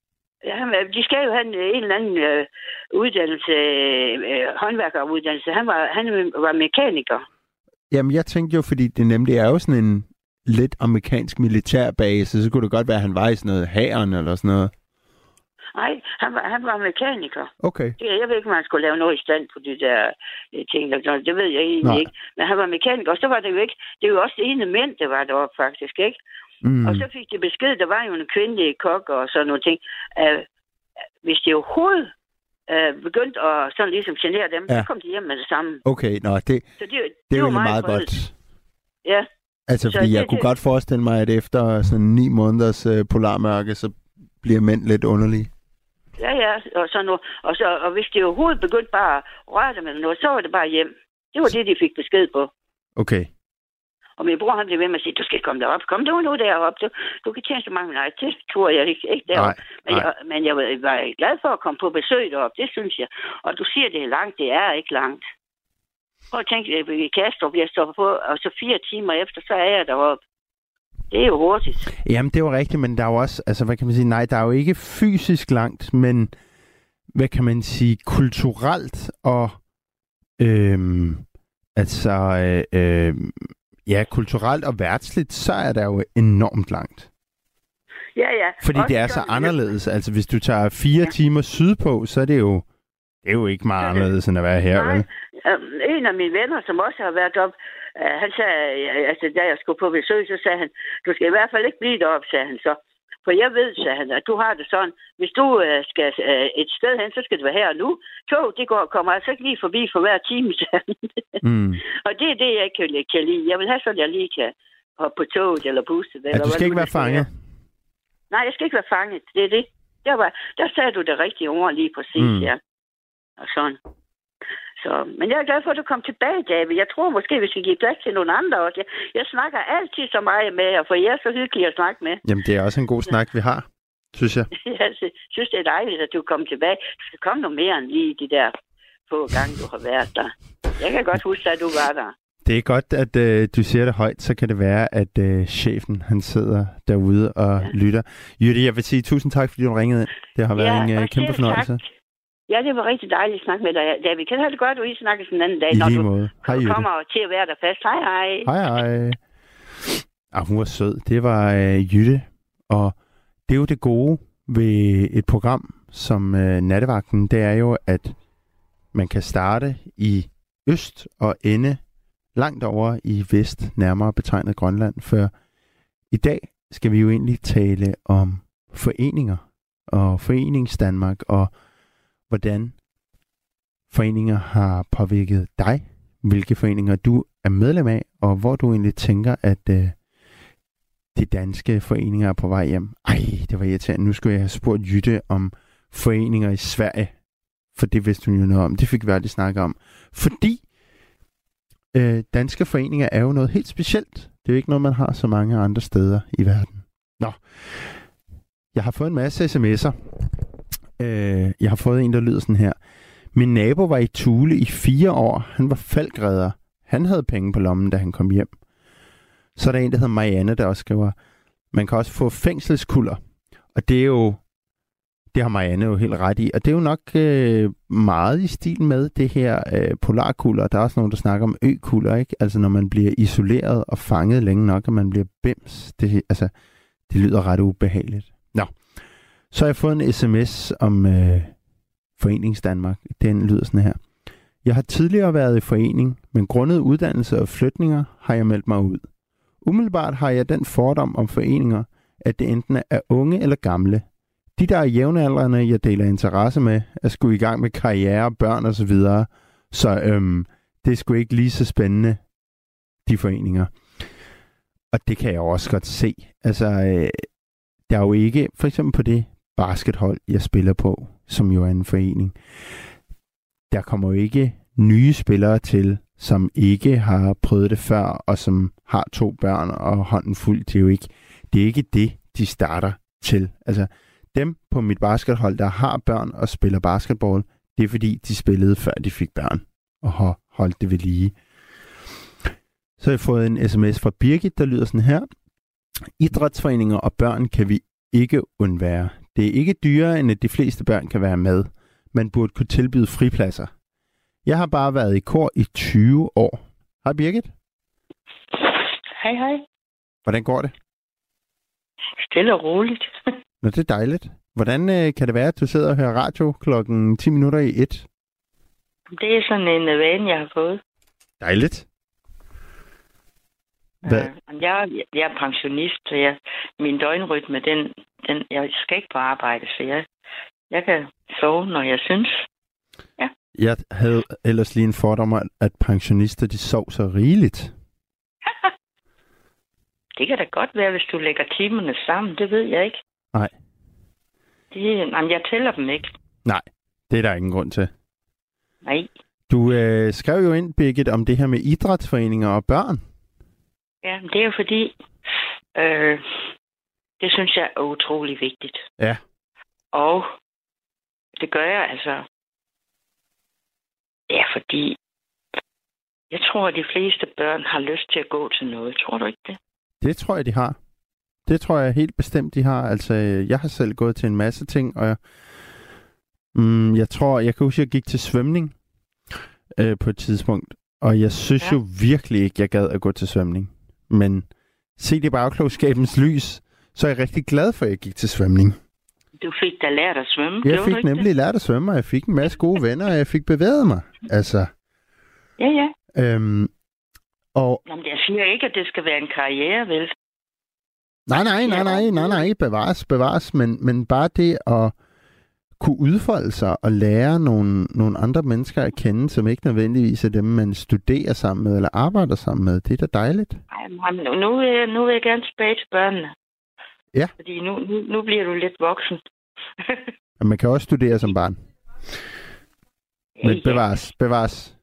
Ja, de skal jo have en, en eller anden øh, uddannelse, øh, håndværkeruddannelse. Han var, han var mekaniker. Jamen, jeg tænkte jo, fordi det nemlig er jo sådan en lidt amerikansk militærbase, så kunne det godt være, at han var i sådan noget hæren eller sådan noget. Nej, han var, han var mekaniker. Okay. Det, jeg ved ikke, om han skulle lave noget i stand på de der øh, ting. Det ved jeg egentlig Nej. ikke. Men han var mekaniker, og så var det jo ikke... Det er jo også det ene mænd, der var deroppe faktisk, ikke? Mm. Og så fik de besked, der var jo en kvindelig kok og sådan nogle ting. Uh, hvis de overhovedet uh, begyndte at sådan ligesom genere dem, ja. så kom de hjem med det samme. Okay, nå, det, så det, det, det er jo meget, meget godt. Ja. Altså, fordi så jeg det, kunne det... godt forestille mig, at efter sådan ni måneders uh, polarmørke, så bliver mænd lidt underlige. Ja, ja, og, sådan noget. Og, så, og hvis de overhovedet begyndte bare at røre dem med noget, så var det bare hjem. Det var det, de fik besked på. Okay. Og min bror, han blev ved med at sige, du skal komme derop. Kom du nu derop. Du, du kan tjene så mange. Nej, det tror jeg ikke, ikke derop. Nej, men, nej. Jeg, men jeg var glad for at komme på besøg derop. Det synes jeg. Og du siger, det er langt. Det er ikke langt. Prøv at tænke, at i Kastrup, jeg står på, og så fire timer efter, så er jeg deroppe. Det er jo hurtigt. Jamen, det var rigtigt, men der er jo også, altså, hvad kan man sige, nej, der er jo ikke fysisk langt, men, hvad kan man sige, kulturelt og, øhm, altså, øh, øh, ja, kulturelt og værtsligt, så er der jo enormt langt. Ja, ja. Fordi også det er så anderledes. Altså, hvis du tager fire ja. timer sydpå, så er det jo, det er jo ikke meget anderledes, end at være her, nej. vel? En af mine venner, som også har været op, uh, han sagde, altså da jeg skulle på besøg, så sagde han, du skal i hvert fald ikke blive deroppe, sagde han så. For jeg ved, sagde han, at du har det sådan, hvis du uh, skal uh, et sted hen, så skal det være her og nu. Tog, det går, kommer altså ikke lige forbi for hver time, sagde han. Mm. Og det er det, jeg ikke kan, kan lide. Jeg vil have sådan, at jeg lige kan hoppe på toget eller busset. Ja, du skal ikke være fanget? Nej, jeg skal ikke være fanget. Det er det. Der, var, der sagde du det rigtige ord lige præcis, mm. ja. Og sådan. Så, men jeg er glad for, at du kom tilbage, David. Jeg tror måske, vi skal give plads til nogle andre også. Jeg, jeg snakker altid så meget med jer, for jeg er så hyggelig at snakke med. Jamen, det er også en god snak, vi har, synes jeg. Jeg synes, det er dejligt, at du kommer tilbage. Du skal komme noget mere end lige de der få gange, du har været der. Jeg kan godt huske, at du var der. Det er godt, at øh, du siger det højt, så kan det være, at øh, chefen han sidder derude og ja. lytter. Jytte, jeg vil sige tusind tak, fordi du ringede ind. Det har været ja, en øh, kæmpe fornøjelse. Tak. Ja, det var rigtig dejligt at snakke med dig. David, kan have det godt, at I snakkes en anden dag, I når lige du måde. Hej, kommer til at være der fast. Hej, hej. Hej, hej. Ah, hun var sød. Det var øh, Jytte, og det er jo det gode ved et program som øh, Nattevagten, det er jo, at man kan starte i øst og ende langt over i vest, nærmere betegnet Grønland. For i dag skal vi jo egentlig tale om foreninger og Foreningsdanmark, og hvordan foreninger har påvirket dig, hvilke foreninger du er medlem af, og hvor du egentlig tænker, at øh, de danske foreninger er på vej hjem. Ej, det var irriterende. Nu skulle jeg have spurgt Jytte om foreninger i Sverige, for det vidste hun jo noget om. Det fik vi aldrig snakket om. Fordi øh, danske foreninger er jo noget helt specielt. Det er jo ikke noget, man har så mange andre steder i verden. Nå, jeg har fået en masse sms'er. Øh, jeg har fået en, der lyder sådan her. Min nabo var i Thule i fire år. Han var falkredder. Han havde penge på lommen, da han kom hjem. Så er der en, der hedder Marianne, der også skriver, man kan også få fængselskulder. Og det er jo, det har Marianne jo helt ret i. Og det er jo nok øh, meget i stil med det her øh, polarkulder. Der er også nogen, der snakker om økulder, ikke? Altså når man bliver isoleret og fanget længe nok, og man bliver bims. Det, altså, det lyder ret ubehageligt. Nå. Så har jeg fået en sms om øh, Foreningsdanmark. Den lyder sådan her. Jeg har tidligere været i forening, men grundet uddannelse og flytninger har jeg meldt mig ud. Umiddelbart har jeg den fordom om foreninger, at det enten er unge eller gamle. De, der er jævnaldrende, jeg deler interesse med, er sgu i gang med karriere, børn og så videre. Så øhm, det er sgu ikke lige så spændende, de foreninger. Og det kan jeg også godt se. Altså, øh, der er jo ikke, for eksempel på det baskethold, jeg spiller på, som jo er en forening, der kommer jo ikke nye spillere til, som ikke har prøvet det før, og som har to børn og hånden fuld. Det er jo ikke det, er ikke det de starter til. Altså, dem på mit baskethold, der har børn og spiller basketball, det er fordi, de spillede før de fik børn, og har holdt det ved lige. Så har jeg fået en sms fra Birgit, der lyder sådan her. Idrætsforeninger og børn kan vi ikke undvære. Det er ikke dyrere, end at de fleste børn kan være med. Man burde kunne tilbyde fripladser. Jeg har bare været i kor i tyve år. Hej Birgit. Hej, hej. Hvordan går det? Stille og roligt. Nå, det er dejligt. Hvordan øh, kan det være, at du sidder og hører radio klokken ti minutter i et? Det er sådan en vane, jeg har fået. Dejligt. Hvad? Uh, jeg, jeg er pensionist, så jeg, min døgnrytme, den, den, jeg skal ikke på arbejde, så jeg, jeg kan sove, når jeg synes. Ja. Jeg havde ellers lige en fordom om, at pensionister, de sov så rigeligt. Det kan da godt være, hvis du lægger timerne sammen. Det ved jeg ikke. Nej. Det, jamen, jeg tæller dem ikke. Nej, det er der ingen grund til. Nej. Du øh, skrev jo ind, Birgit, om det her med idrætsforeninger og børn. Ja, det er jo fordi, øh, det synes jeg er utrolig vigtigt. Ja. Og det gør jeg altså. Ja, fordi jeg tror, at de fleste børn har lyst til at gå til noget. Tror du ikke det? Det tror jeg, de har. Det tror jeg helt bestemt, de har. Altså, jeg har selv gået til en masse ting, og jeg, mm, jeg tror, jeg kan huske, at jeg gik til svømning øh, på et tidspunkt, og jeg synes ja. jo virkelig ikke, jeg gad at gå til svømning. Men set i bagklogskabens lys, så er jeg rigtig glad for, at jeg gik til svømning. Du fik da lært at svømme. Jeg fik nemlig det? lært at svømme, og jeg fik en masse gode venner, og jeg fik bevæget mig. Altså. Ja, ja. Øhm, og... Jamen, jeg siger ikke, at det skal være en karriere, vel? Nej, nej, nej, nej, nej, nej, bevares, bevares, men, men bare det at kunne udfolde sig og lære nogle, nogle andre mennesker at kende, som ikke nødvendigvis er dem, man studerer sammen med eller arbejder sammen med, det er da dejligt. Ej, nu, nu, vil jeg, nu vil jeg gerne tilbage til børnene. Ja. Fordi nu, nu, nu bliver du lidt voksen. Og man kan også studere som barn. Men bevares, bevares.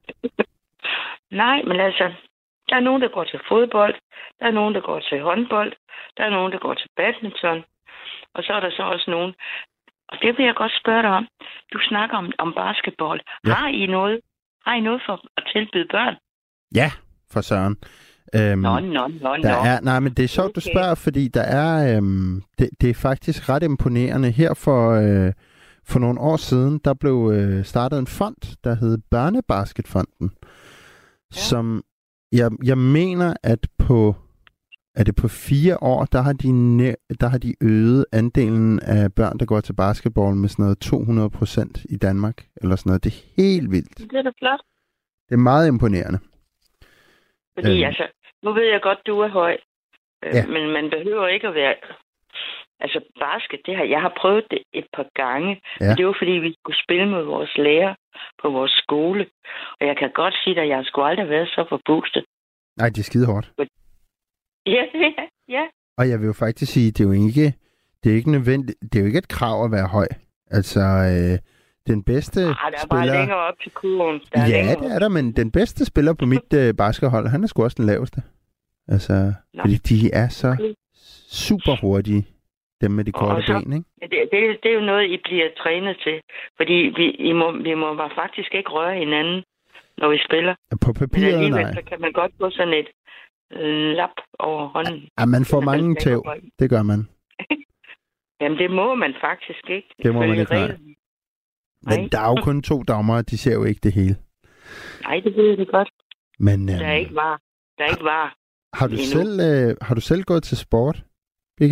Nej, men altså, der er nogen, der går til fodbold, der er nogen, der går til håndbold, der er nogen, der går til badminton, og så er der så også nogen, og det vil jeg godt spørge dig om. Du snakker om, om basketball. Ja. Har I noget? Har I noget for at tilbyde børn? Ja, for søren. Øhm, nå, nå, nå, der er, nej, men det er sjovt, okay. du spørger, fordi der er, øhm, det, det er faktisk ret imponerende. Her for, øh, for nogle år siden, der blev øh, startet en fond, der hed Børnebasketfonden, ja. som jeg, jeg mener, at på, er det på fire år, der har, de næ- der har de øget andelen af børn, der går til basketball med sådan noget to hundrede procent i Danmark, eller sådan noget. Det er helt vildt. Det er da flot. Det er meget imponerende. Fordi øhm. altså, nu ved jeg godt, du er høj, øh, ja. men man behøver ikke at være... Altså, basket, det har, jeg har prøvet det et par gange, ja. men det var fordi, vi skulle spille med vores lærer på vores skole. Og jeg kan godt sige, at jeg skulle aldrig være så forpustet. Nej, det er skide hårdt. Ja, ja, ja. Og jeg vil jo faktisk sige, det er jo ikke, det er ikke nødvendigt, det er jo ikke et krav at være høj. Altså, øh, den bedste ah, der er spiller... bare længere op til kurven. Ja, det er der, men den bedste spiller på mit øh, baskethold, han er sgu også den laveste. Altså, Nå. fordi de er så okay. super hurtige, dem med de korte så, ben, ikke? Det, det, det er jo noget, I bliver trænet til. Fordi vi, I må, vi må bare faktisk ikke røre hinanden, når vi spiller. På papiret, men nej. Så kan man godt få sådan et øh, lap over hånden. Ja, man får mange tæv. Det gør man. Jamen, det må man faktisk ikke. Det må man ikke, nej. Men der er jo kun to dommere, de ser jo ikke det hele. Nej, det ved jeg godt. Men, der er øhm, ikke var. Der er ikke var. Har du, selv, øh, har du selv gået til sport, Birke?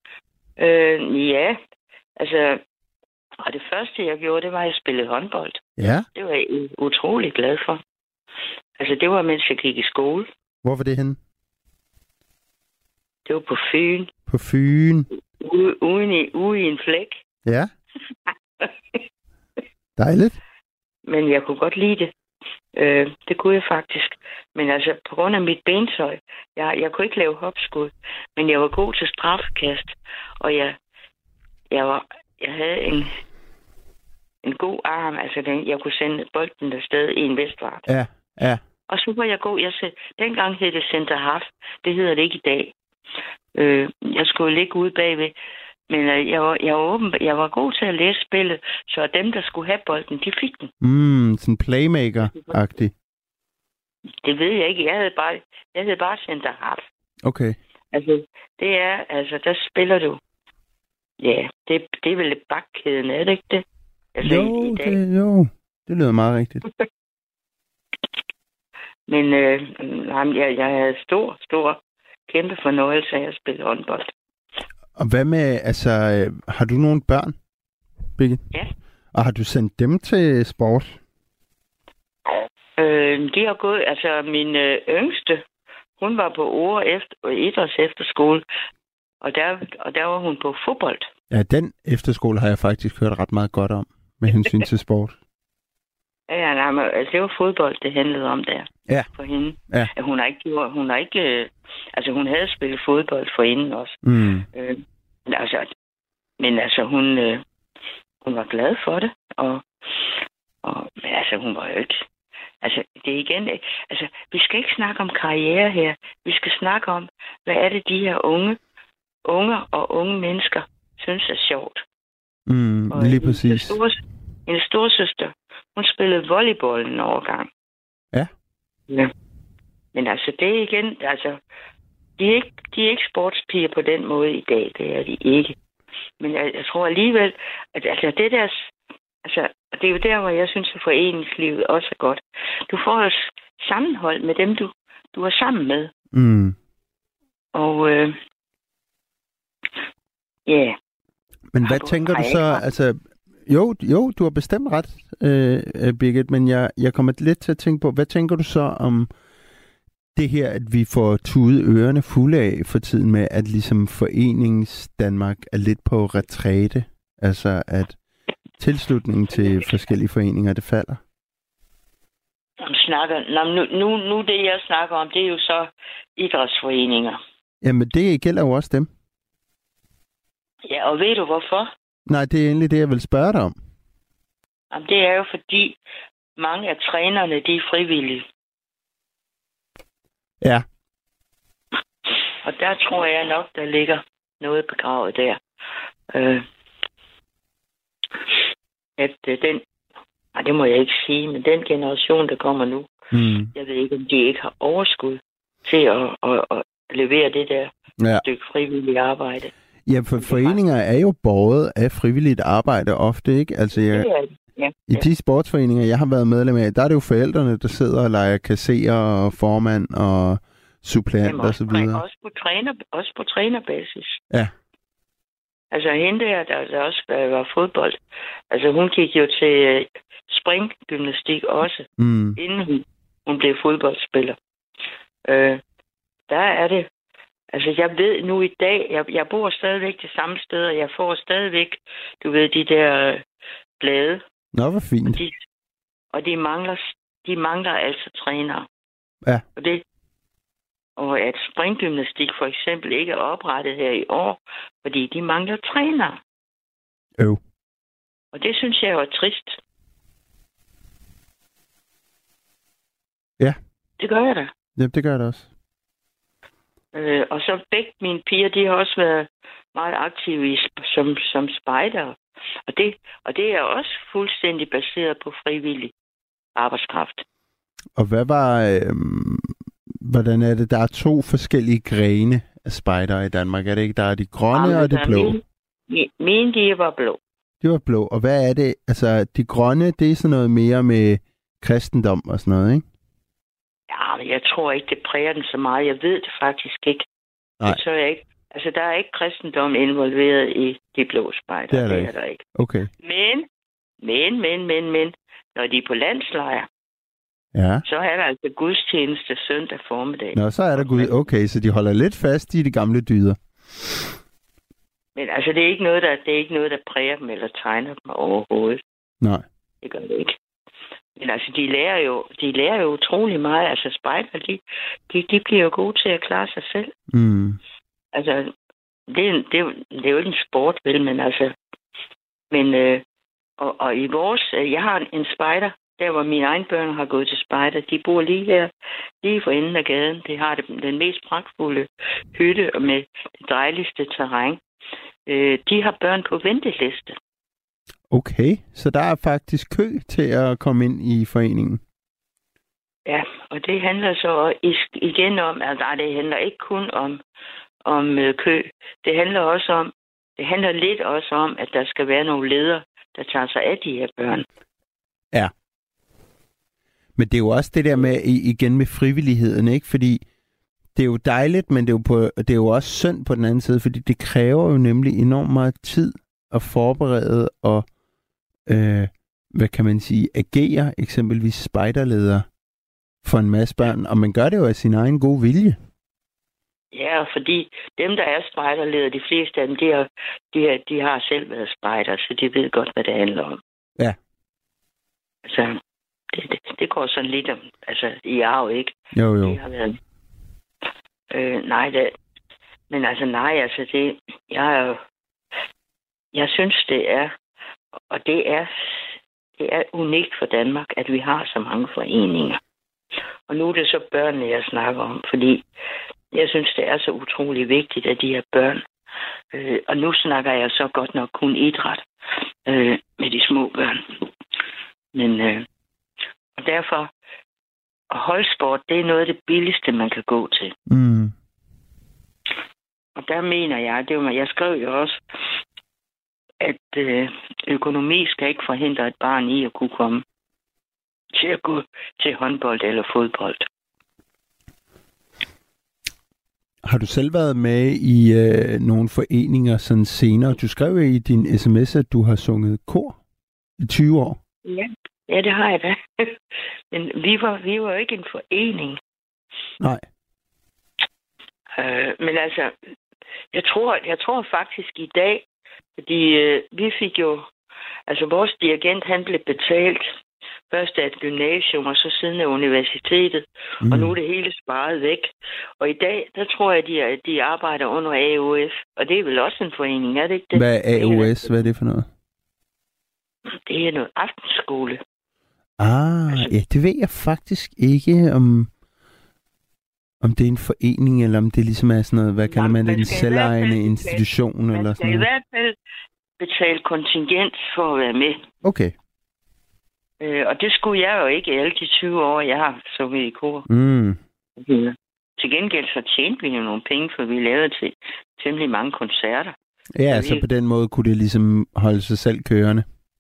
Øh, ja. Altså, og det første, jeg gjorde, det var, at jeg spillede håndbold. Ja? Det var jeg utrolig glad for. Altså, det var, mens jeg gik i skole. Hvor var det henne? Det var på Fyn. På Fyn? Ude, ude, i, ude i en flæk. Ja. Dejligt. Men jeg kunne godt lide det. Øh, det kunne jeg faktisk. Men altså, på grund af mit bentøj, jeg, jeg kunne ikke lave hopskud, men jeg var god til straffekast, og jeg, jeg, var, jeg havde en, en god arm, altså den, jeg kunne sende bolden afsted i en vestfart. Ja, ja. Og så var jeg god. Jeg sagde, dengang hed det center half, det hedder det ikke i dag. Øh, jeg skulle ligge ude bagved, men øh, jeg, var, jeg, var åben, jeg var god til at læse spillet, så dem, der skulle have bolden, de fik den. Mm, sådan playmaker-agtig. Det ved jeg ikke. Jeg havde bare, jeg havde bare center half. Okay. Altså, det er, altså, der spiller du ja, det, det er vel et bakkæden, er det ikke det? Altså, jo, i, i dag. Det, jo, det lyder meget rigtigt. Men øh, jeg, jeg havde stor, stor, kæmpe fornøjelse af at spille håndbold. Og hvad med, altså, har du nogle børn, Birgit? Ja. Og har du sendt dem til sport? Øh, de har gået, altså min øh, yngste, hun var på Ore efter, idræts efterskole, og der, og der var hun på fodbold. Ja, den efterskole har jeg faktisk hørt ret meget godt om, med hensyn til sport. Ja, ja, nej, men, altså, det var fodbold, det handlede om der. Ja. For hende. Ja. At hun har ikke gjort, hun har ikke, øh, altså hun havde spillet fodbold for hende også. Mm. Øh, men altså, men altså hun, øh, hun var glad for det, og, og men, altså hun var jo ikke, altså det er igen, altså vi skal ikke snakke om karriere her, vi skal snakke om, hvad er det de her unge, unger og unge mennesker synes er sjovt. Mm, og lige præcis. Store, en storsøster, hun spillede volleyball en overgang. Ja. Ja. Men altså, det er igen, altså, de er, ikke, de er ikke sportspiger på den måde i dag, det er de ikke. Men jeg, jeg tror alligevel, at altså, det der, altså, det er jo der, hvor jeg synes, at foreningslivet også er godt. Du får jo sammenhold med dem, du, du er sammen med. Mm. Og, øh, ja. Yeah. Men hvad du, tænker du så, altså, jo, jo, du har bestemt ret, øh, Birgit, men jeg, jeg kommer lidt til at tænke på, hvad tænker du så om det her, at vi får tudet ørerne fulde af for tiden med, at ligesom Forenings Danmark er lidt på retræte, altså at tilslutningen til forskellige foreninger, det falder? Snakker, nu, nu, nu det, jeg snakker om, det er jo så idrætsforeninger. Jamen, det gælder jo også dem. Ja, og ved du hvorfor? Nej, det er egentlig det, jeg vil spørge dig om. Jamen, det er jo fordi, mange af trænerne, de er frivillige. Ja. Og der tror jeg nok, der ligger noget begravet der. Øh, at øh, den, nej, det må jeg ikke sige, men den generation, der kommer nu, mm. jeg ved ikke, om de ikke har overskud til at, at, at levere det der ja. stykke frivilligt arbejde. Ja, for foreninger er jo båret af frivilligt arbejde ofte, ikke? Altså, jeg, det er det. Ja, i ja. de sportsforeninger, jeg har været medlem af, der er det jo forældrene, der sidder og leger kasserer og formand og suppleant og så videre. Også på, træner, også på trænerbasis. Ja. Altså hende der, der, der også var fodbold, altså hun gik jo til springgymnastik også, mm. inden hun, hun blev fodboldspiller. Øh, der er det, altså jeg ved nu i dag, jeg, jeg bor stadigvæk det samme sted, og jeg får stadigvæk, du ved, de der øh, blade. Nå, hvor fint. Og de, og de mangler, de mangler altså trænere. Ja. Og, det, og at springgymnastik for eksempel ikke er oprettet her i år, fordi de mangler trænere. Øv. Og det synes jeg jo er trist. Ja. Det gør jeg da. Ja, det gør jeg da også. Øh, og så begge mine piger, de har også været meget aktive i, som, som spejdere. Og det, og det er også fuldstændig baseret på frivillig arbejdskraft. Og hvad var... Øh, hvordan er det? Der er to forskellige grene af spejdere i Danmark. Er det ikke? Der er de grønne Jamen, og de blå. Mine, mine, de var blå. De var blå. Og hvad er det? Altså, de grønne, det er sådan noget mere med kristendom og sådan noget, ikke? Ja, men jeg tror ikke, det præger den så meget. Jeg ved det faktisk ikke. Nej. Det tror jeg ikke. Altså, der er ikke kristendom involveret i de blå spejder. Det er der, det ikke. Er der ikke. Okay. Men, men, men, men, men, når de er på landslejr, ja. så er der altså gudstjeneste søndag formiddag. Nå, så er der gud. Okay, så de holder lidt fast i de gamle dyder. Men altså, det er ikke noget, der, det er ikke noget, der præger dem eller tegner dem overhovedet. Nej. Det gør det ikke. Men altså, de lærer jo, de lærer jo utrolig meget. Altså, spejder, de, de, de bliver jo gode til at klare sig selv. Mm. Altså, det er, det, er, det er jo ikke en sport, vel, men altså... Men, øh, og, og i vores... Øh, jeg har en, en spejder, der hvor mine egne børn har gået til spejder. De bor lige her, lige for enden af gaden. De har det, den mest pragtfulde hytte med det dejligste terræn. Øh, de har børn på venteliste. Okay, så der er faktisk kø til at komme ind i foreningen? Ja, og det handler så igen om, at altså, det handler ikke kun om, om øh, kø. Det handler også om, det handler lidt også om, at der skal være nogle ledere, der tager sig af de her børn. Ja. Men det er jo også det der med, igen med frivilligheden, ikke? Fordi det er jo dejligt, men det er jo, på, det er jo også synd på den anden side, fordi det kræver jo nemlig enormt meget tid at forberede og, øh, hvad kan man sige, agere eksempelvis spejderleder for en masse børn, og man gør det jo af sin egen gode vilje. Ja, fordi dem, der er spejderledere, de fleste af dem, de har, de, har, de har selv været spejder, så de ved godt, hvad det handler om. Ja. Altså, det, det, det går sådan lidt om, altså, i arv, ikke? Jo, jo. De har været, øh, nej, det, men altså, nej, altså, det, jeg, jeg synes, det er, og det er, det er unikt for Danmark, at vi har så mange foreninger. Og nu er det så børnene, jeg snakker om, fordi jeg synes, det er så utrolig vigtigt, at de her børn, øh, og nu snakker jeg så godt nok kun idræt øh, med de små børn. Men øh, og derfor, holdsport, det er noget af det billigste, man kan gå til. Mm. Og der mener jeg, det var, jeg skrev jo også, at øh, økonomi skal ikke forhindre et barn i at kunne komme til at gå til håndbold eller fodbold. Har du selv været med i øh, nogle foreninger sådan senere? Du skrev jo i din sms, at du har sunget kor i tyve år. Ja, ja det har jeg da. Men vi var, vi var jo ikke en forening. Nej. Øh, men altså, jeg tror, jeg tror faktisk i dag, fordi øh, vi fik jo, altså vores dirigent, han blev betalt først af et gymnasium, og så siden af universitetet. Mm. Og nu er det hele sparet væk. Og i dag, der tror jeg, de, de arbejder under A O F. Og det er vel også en forening, er det ikke det? Hvad er A O S? Hvad er det for noget? Det er noget aftenskole. Ah, altså, ja, det ved jeg faktisk ikke, om, om det er en forening, eller om det ligesom er sådan noget, hvad kalder man det, en selvejende institution, eller sådan noget? Man skal i hvert fald betale kontingent for at være med. Okay. Øh, og det skulle jeg jo ikke alle de tyve år, jeg har sunget i kor. Mm. Ja. Til gengæld så tjente vi jo nogle penge, for vi lavede til temmelig mange koncerter. Ja, så altså vi... på den måde kunne det ligesom holde sig selv kørende.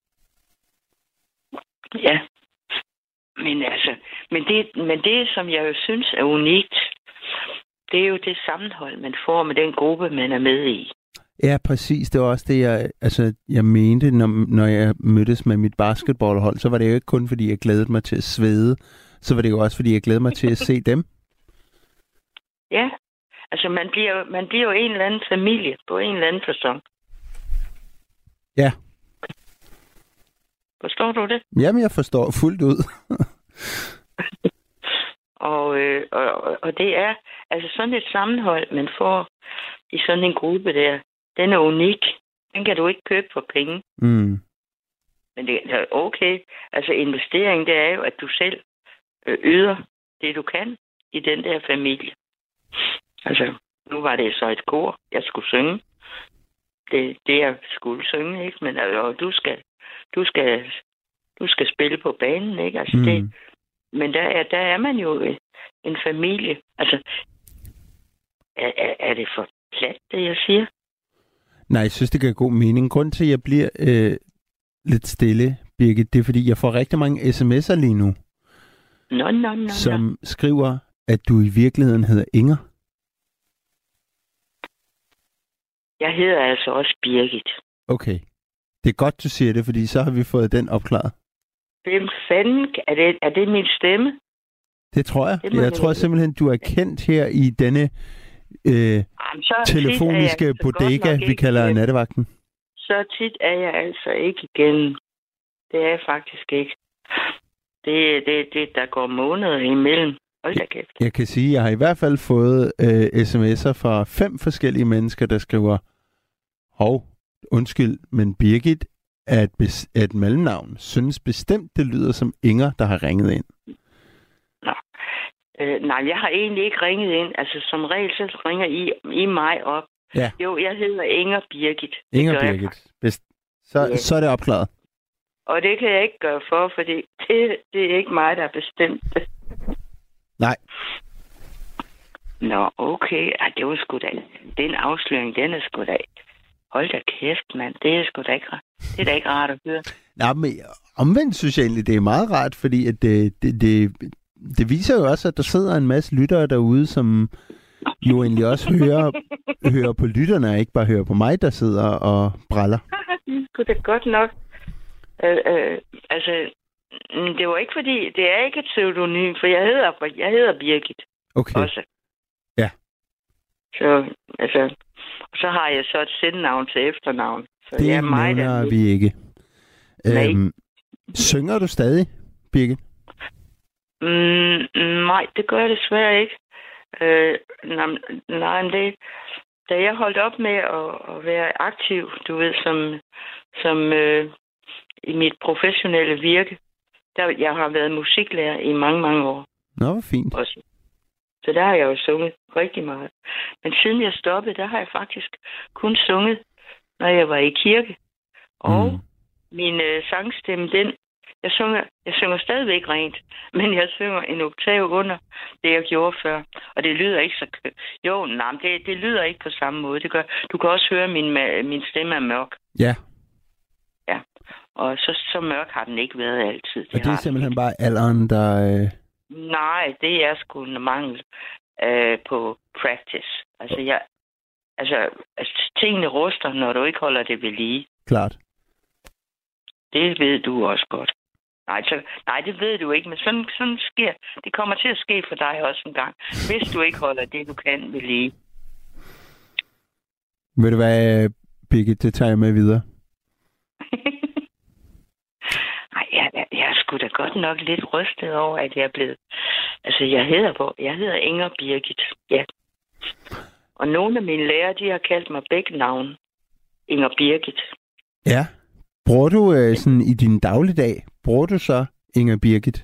Ja. Men altså, men det, men det, som jeg jo synes er unikt, det er jo det sammenhold, man får med den gruppe, man er med i. Ja, præcis. Det var også det, jeg, altså, jeg mente, når, når jeg mødtes med mit basketballhold, så var det jo ikke kun, fordi jeg glædede mig til at svede, så var det jo også, fordi jeg glædede mig til at se dem. Ja, altså man bliver, man bliver jo en eller anden familie på en eller anden person. Ja. Forstår du det? Jamen, jeg forstår fuldt ud. og, øh, og, og det er altså sådan et sammenhold, man får i sådan en gruppe der. Den er unik. Den kan du ikke købe for penge. Mm. Men det er okay. Altså investering, det er jo, at du selv yder det, du kan i den der familie. Altså, nu var det så et kor, jeg skulle synge. Det, det jeg skulle synge, ikke? Men altså, du skal, du skal, du skal spille på banen, ikke? Altså, mm. det, men der er, der er man jo en familie. Altså, er, er, er det for plat, det jeg siger? Nej, jeg synes, det giver god mening. Grunden til, at jeg bliver øh, lidt stille, Birgit, det er, fordi jeg får rigtig mange sms'er lige nu, no, no, no, som no. skriver, at du i virkeligheden hedder Inger. Jeg hedder altså også Birgit. Okay. Det er godt, du siger det, fordi så har vi fået den opklaret. Hvem fanden? Er det, er det min stemme? Det tror jeg. Jeg tror simpelthen, du er kendt her i denne øh, Jamen, telefoniske tit, bodega, vi kalder nattevagten. Så tit er jeg altså ikke igen. Det er jeg faktisk ikke. Det er det, det, der går måneder imellem. Hold da kæft. Jeg kan sige, at jeg har i hvert fald fået øh, sms'er fra fem forskellige mennesker, der skriver, hov, undskyld, men Birgit er et, bes- er et mellemnavn. Synes bestemt, det lyder som Inger, der har ringet ind. Nå. Øh, nej, jeg har egentlig ikke ringet ind. Altså, som regel, så ringer I, I mig op. Ja. Jo, jeg hedder Inger Birgit. Inger Birgit. Best- så, ja. så er det opklaret. Og det kan jeg ikke gøre for, fordi det, det er ikke mig, der har bestemt det. Nej. Nå, okay. Ej, det var sgu da. Den afsløring, den er sgu da. hold da kæft, mand. Det er sgu da ikke, det er da ikke rart at høre. Nej, men omvendt synes jeg egentlig, det er meget rart, fordi at det, det, det, det viser jo også, at der sidder en masse lyttere derude, som jo egentlig også hører, hører på lytterne, og ikke bare hører på mig, der sidder og bræller. Det er sgu da godt nok. Øh, øh, altså, det var ikke fordi, det er ikke et pseudonym, for jeg hedder, jeg hedder Birgit. Okay. Også. Ja. Så, altså, så har jeg så et sendnavn til efternavn. Så det jeg er meget nævner vi ikke. Øhm, synger du stadig, Birgit? Mm, nej, det gør jeg desværre ikke. Øh, nej, nej, men det, da jeg holdt op med at, at være aktiv, du ved, som, som øh, i mit professionelle virke, der jeg har været musiklærer i mange, mange år. Nå, hvor fint. Også. Så der har jeg jo sunget rigtig meget. Men siden jeg stoppede, der har jeg faktisk kun sunget, når jeg var i kirke. Og mm. min øh, sangstemme, den, jeg synger, jeg synger stadigvæk rent, men jeg synger en oktav under det, jeg gjorde før. Og det lyder ikke så... Jo, nej, det, det lyder ikke på samme måde. Det gør, du kan også høre, min, min stemme er mørk. Ja. Ja. Og så, så mørk har den ikke været altid. Det og det er simpelthen den. Bare alderen, der... Øh... Nej, det er sgu en mangel øh, på practice. Altså, jeg, altså, altså, tingene ruster, når du ikke holder det ved lige. Klart. Det ved du også godt. Nej, så, nej, det ved du ikke, men sådan, sådan sker. Det kommer til at ske for dig også en gang, hvis du ikke holder det, du kan ved lige. Ved du hvad, Birgit, det tager jeg med videre. Nej, jeg, jeg, jeg er sgu da godt nok lidt rystet over, at jeg er blevet... Altså, jeg hedder, på, jeg hedder Inger Birgit, ja. Og nogle af mine lærere, de har kaldt mig begge navn. Inger Birgit. Ja. Bruger du øh, sådan i din dagligdag, bruger du så Inger Birgit?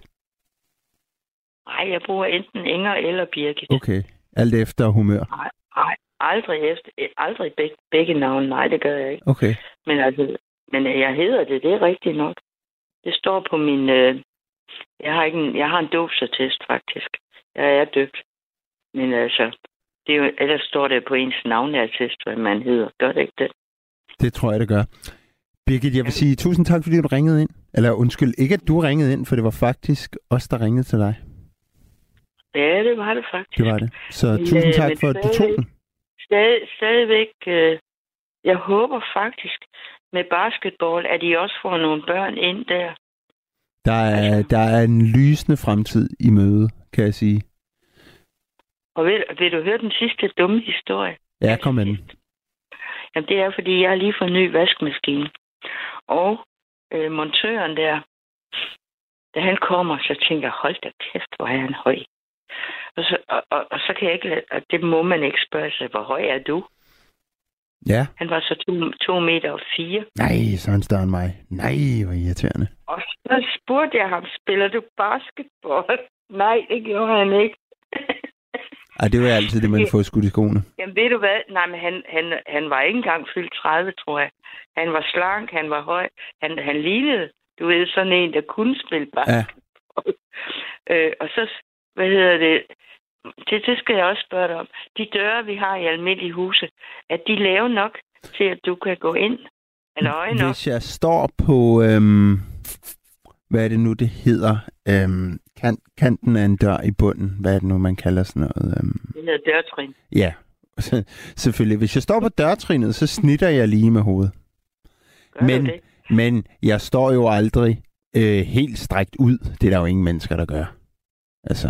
Nej, jeg bruger enten Inger eller Birgit. Okay, alt efter humør? Nej, nej, aldrig efter, aldrig begge, begge navne, nej, det gør jeg ikke. Okay. Men altså, men jeg hedder det, det er rigtigt nok. Det står på min, øh, jeg har ikke en, jeg har en dåbsattest faktisk. Jeg er døbt. Men altså, det er jo, ellers står det på ens navneattest, hvad man hedder. Gør det ikke det? Det tror jeg, det gør. Birgit, jeg vil sige tusind tak, fordi du ringede ind. Eller undskyld, ikke at du ringede ind, for det var faktisk os, der ringede til dig. Ja, det var det faktisk. Det var det. Så men, tusind tak for, at du tog den. Stadig, stadigvæk, øh, jeg håber faktisk med basketball, at I også får nogle børn ind der. Der er, altså. der er en lysende fremtid i møde, kan jeg sige. Og vil, vil du høre den sidste dumme historie? Ja, kom med den. Jamen, det er, fordi jeg har lige fået en ny vaskemaskine. Og øh, montøren der, da han kommer, så tænker jeg, hold da kæft, hvor er han høj. Og så, og, og, og så kan jeg ikke, og det må man ikke spørge sig, hvor høj er du? Ja. Han var så to, to meter og fire. Nej, så er han større end mig. Nej, hvor irriterende. Og så spurgte jeg ham, spiller du basketball? Nej, det gjorde han ikke. Ej, det var altid det, man får skudt i skoene. Jamen, ved du hvad? Nej, men han, han, han var ikke engang fyldt tredive, tror jeg. Han var slank, han var høj. Han, han lignede, du ved, sådan en, der kunne spille basketball. Ja. Øh, og så, hvad hedder det? det? Det skal jeg også spørge dig om. De døre, vi har i almindelige huse, at de laver nok til, at du kan gå ind? Eller øje nok? Hvis jeg står på... Øhm hvad er det nu, det hedder? Øhm, kant, kanten af en dør i bunden. Hvad er det nu, man kalder sådan noget? Øhm... Det hedder dørtrin. Ja, selvfølgelig. Hvis jeg står på dørtrinet, så snitter jeg lige med hovedet. Gør men, men jeg står jo aldrig øh, helt strækt ud. Det er der jo ingen mennesker, der gør. Altså.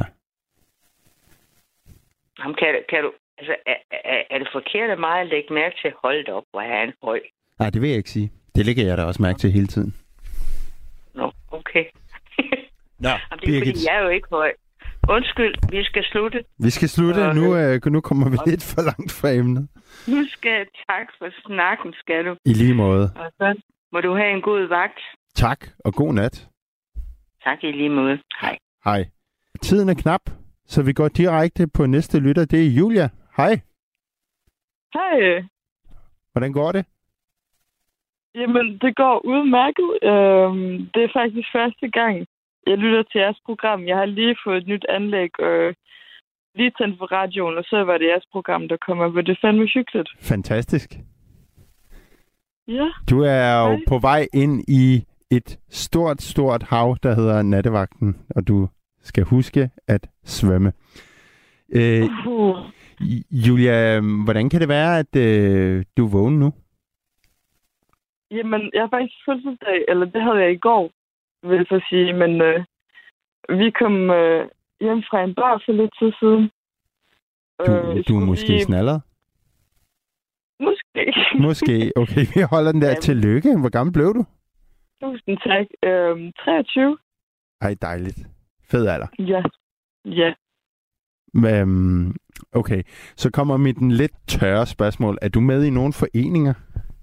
Jamen, kan, kan du... Altså, er, er, er det forkert af mig at lægge mærke til, hold op, hvor er han høj? Nej, det vil jeg ikke sige. Det lægger jeg da også mærke til hele tiden. Nå, okay. Nå, jamen, det er fordi, jeg er jo ikke høj. Undskyld, vi skal slutte. Vi skal slutte, og nu, øh, nu kommer vi lidt for langt fra emnet. Nu skal jeg tak for snakken, skal du. I lige måde. Og så må du have en god vagt. Tak, og god nat. Tak i lige måde. Hej. Hej. Tiden er knap, så vi går direkte på næste lytter. Det er Julia. Hej. Hej. Hvordan går det? Jamen, det går udmærket. Øhm, det er faktisk første gang, jeg lytter til jeres program. Jeg har lige fået et nyt anlæg, og lige tændt for radioen, og så var det jeres program, der kom op, og det er fandme hyggeligt. Fantastisk. Ja. Du er jo Hej. på vej ind i et stort, stort hav, der hedder Nattevagten, og du skal huske at svømme. Øh, Uh. Julia, hvordan kan det være, at øh, du er vågen nu? Jamen, jeg har faktisk fødselsdag, eller det havde jeg i går, vil jeg så sige, men øh, vi kom øh, hjem fra en bar for lidt tid siden. Du, øh, du er måske lige... snallet? Måske. Måske. Okay, vi holder den der. Jamen. Tillykke. Hvor gammel blev du? Tusind tak. Øh, treogtyve. Ej, dejligt. Fed alder. Ja. Ja. Um, okay, så kommer mit den lidt tørre spørgsmål. Er du med i nogle foreninger?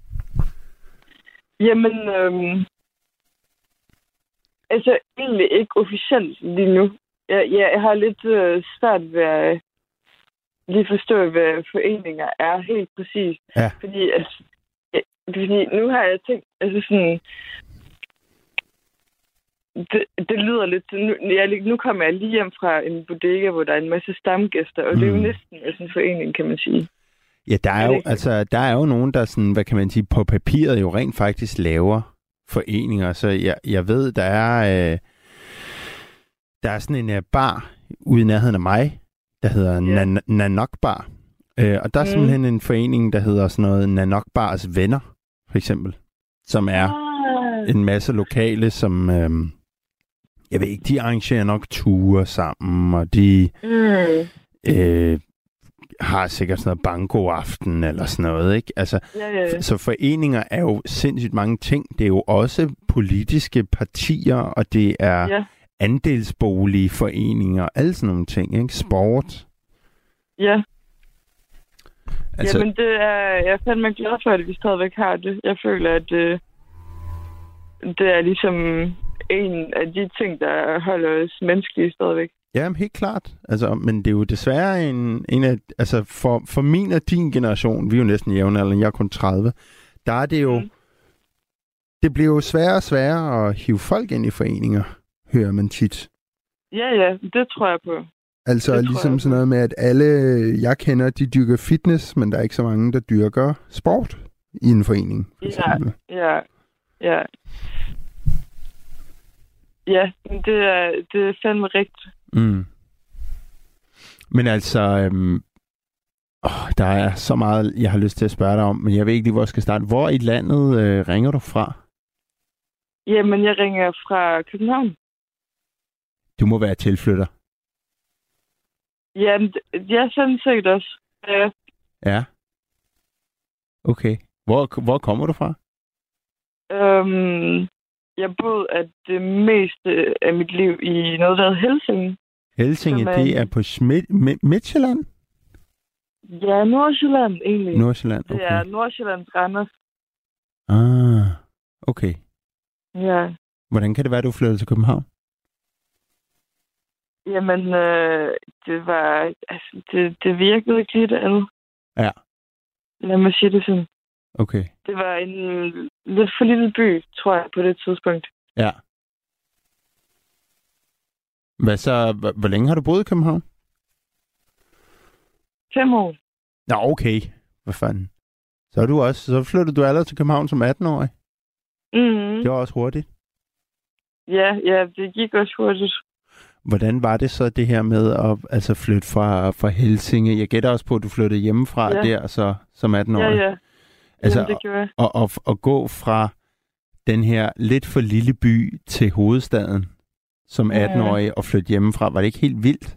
Jamen, øh, altså egentlig ikke officielt lige nu. Jeg, jeg, jeg har lidt øh, svært ved at lige forstå, hvad foreninger er helt præcis. Ja. Fordi, at, ja, fordi nu har jeg tænkt, altså sådan, det, det lyder lidt, nu, jeg, nu kommer jeg lige hjem fra en bodega, hvor der er en masse stamgæster, og mm. det er jo næsten sådan en forening, kan man sige. Ja, der er, jo, altså, der er jo nogen, der sådan, hvad kan man sige, på papiret jo rent faktisk laver foreninger. Så jeg, jeg ved, der er, øh, der er sådan en uh, bar ude i nærheden af mig, der hedder yeah. Nan- Nanok Bar. Øh, og der er mm. simpelthen en forening, der hedder sådan noget Nanok Bars Venner, for eksempel. Som er ah. en masse lokale, som, øh, jeg ved ikke, de arrangerer nok ture sammen, og de mm. øh, har sikkert sådan noget banko-aften eller sådan noget, ikke? Altså, ja, ja, ja. Så foreninger er jo sindssygt mange ting. Det er jo også politiske partier, og det er ja. andelsbolige foreninger, alle sådan nogle ting, ikke? Sport. Ja. Altså, Jamen, det er, jeg er fandme glad for, at vi stadigvæk har det. Jeg føler, at øh, det er ligesom en af de ting, der holder os menneskelige stadigvæk. Ja, helt klart. Altså, men det er jo desværre en, en af... Altså, for, for min og din generation, vi er jo næsten jævnaldrende, jeg er kun tredive, der er det jo... Mm. Det bliver jo sværere og sværere at hive folk ind i foreninger, hører man tit. Ja, ja, det tror jeg på. Altså det ligesom sådan noget med, at alle, jeg kender, de dyrker fitness, men der er ikke så mange, der dyrker sport i en forening, for eksempel. Ja, ja, ja. Ja, det er, det er fandme rigtigt. Mm. Men altså, øhm, åh, der er så meget, jeg har lyst til at spørge dig om, men jeg ved ikke lige, hvor jeg skal starte. Hvor i landet øh, ringer du fra? Jamen, jeg ringer fra København. Du må være tilflytter. Ja, jeg er sådan set også. Ja. Ja. Okay. Hvor, hvor kommer du fra? Øhm, jeg boede af det meste af mit liv i noget, der hedder Helsinge. Helsinge, er... det er på Schmidt, Midtjylland? Ja, Nordsjælland egentlig. Nordsjælland, okay. Det er Nordsjællands Randers. Ah, okay. Ja. Hvordan kan det være, at du flyttede til København? Jamen, øh, det var... Altså, det, det virkede ikke lidt andet. Ja. Lad mig sige det sådan. Okay. Det var en lidt for lille by, tror jeg, på det tidspunkt. Ja. Hvad så? Hvor, hvor længe har du boet i København? Fem år. Nå, okay. Hvad fanden? Så er du også... Så flyttede du allerede til København som atten-årig? Mhm. Det var også hurtigt. Ja, ja, det gik også hurtigt. Hvordan var det så, det her med at altså, flytte fra, fra Helsinge? Jeg gætter også på, at du flyttede hjemmefra ja. der så, som atten-årig. Ja, ja. Altså, Jamen, det gjorde jeg. Og, og, og gå fra den her lidt for lille by til hovedstaden som atten-årig ja. og flytte hjemmefra. Var det ikke helt vildt?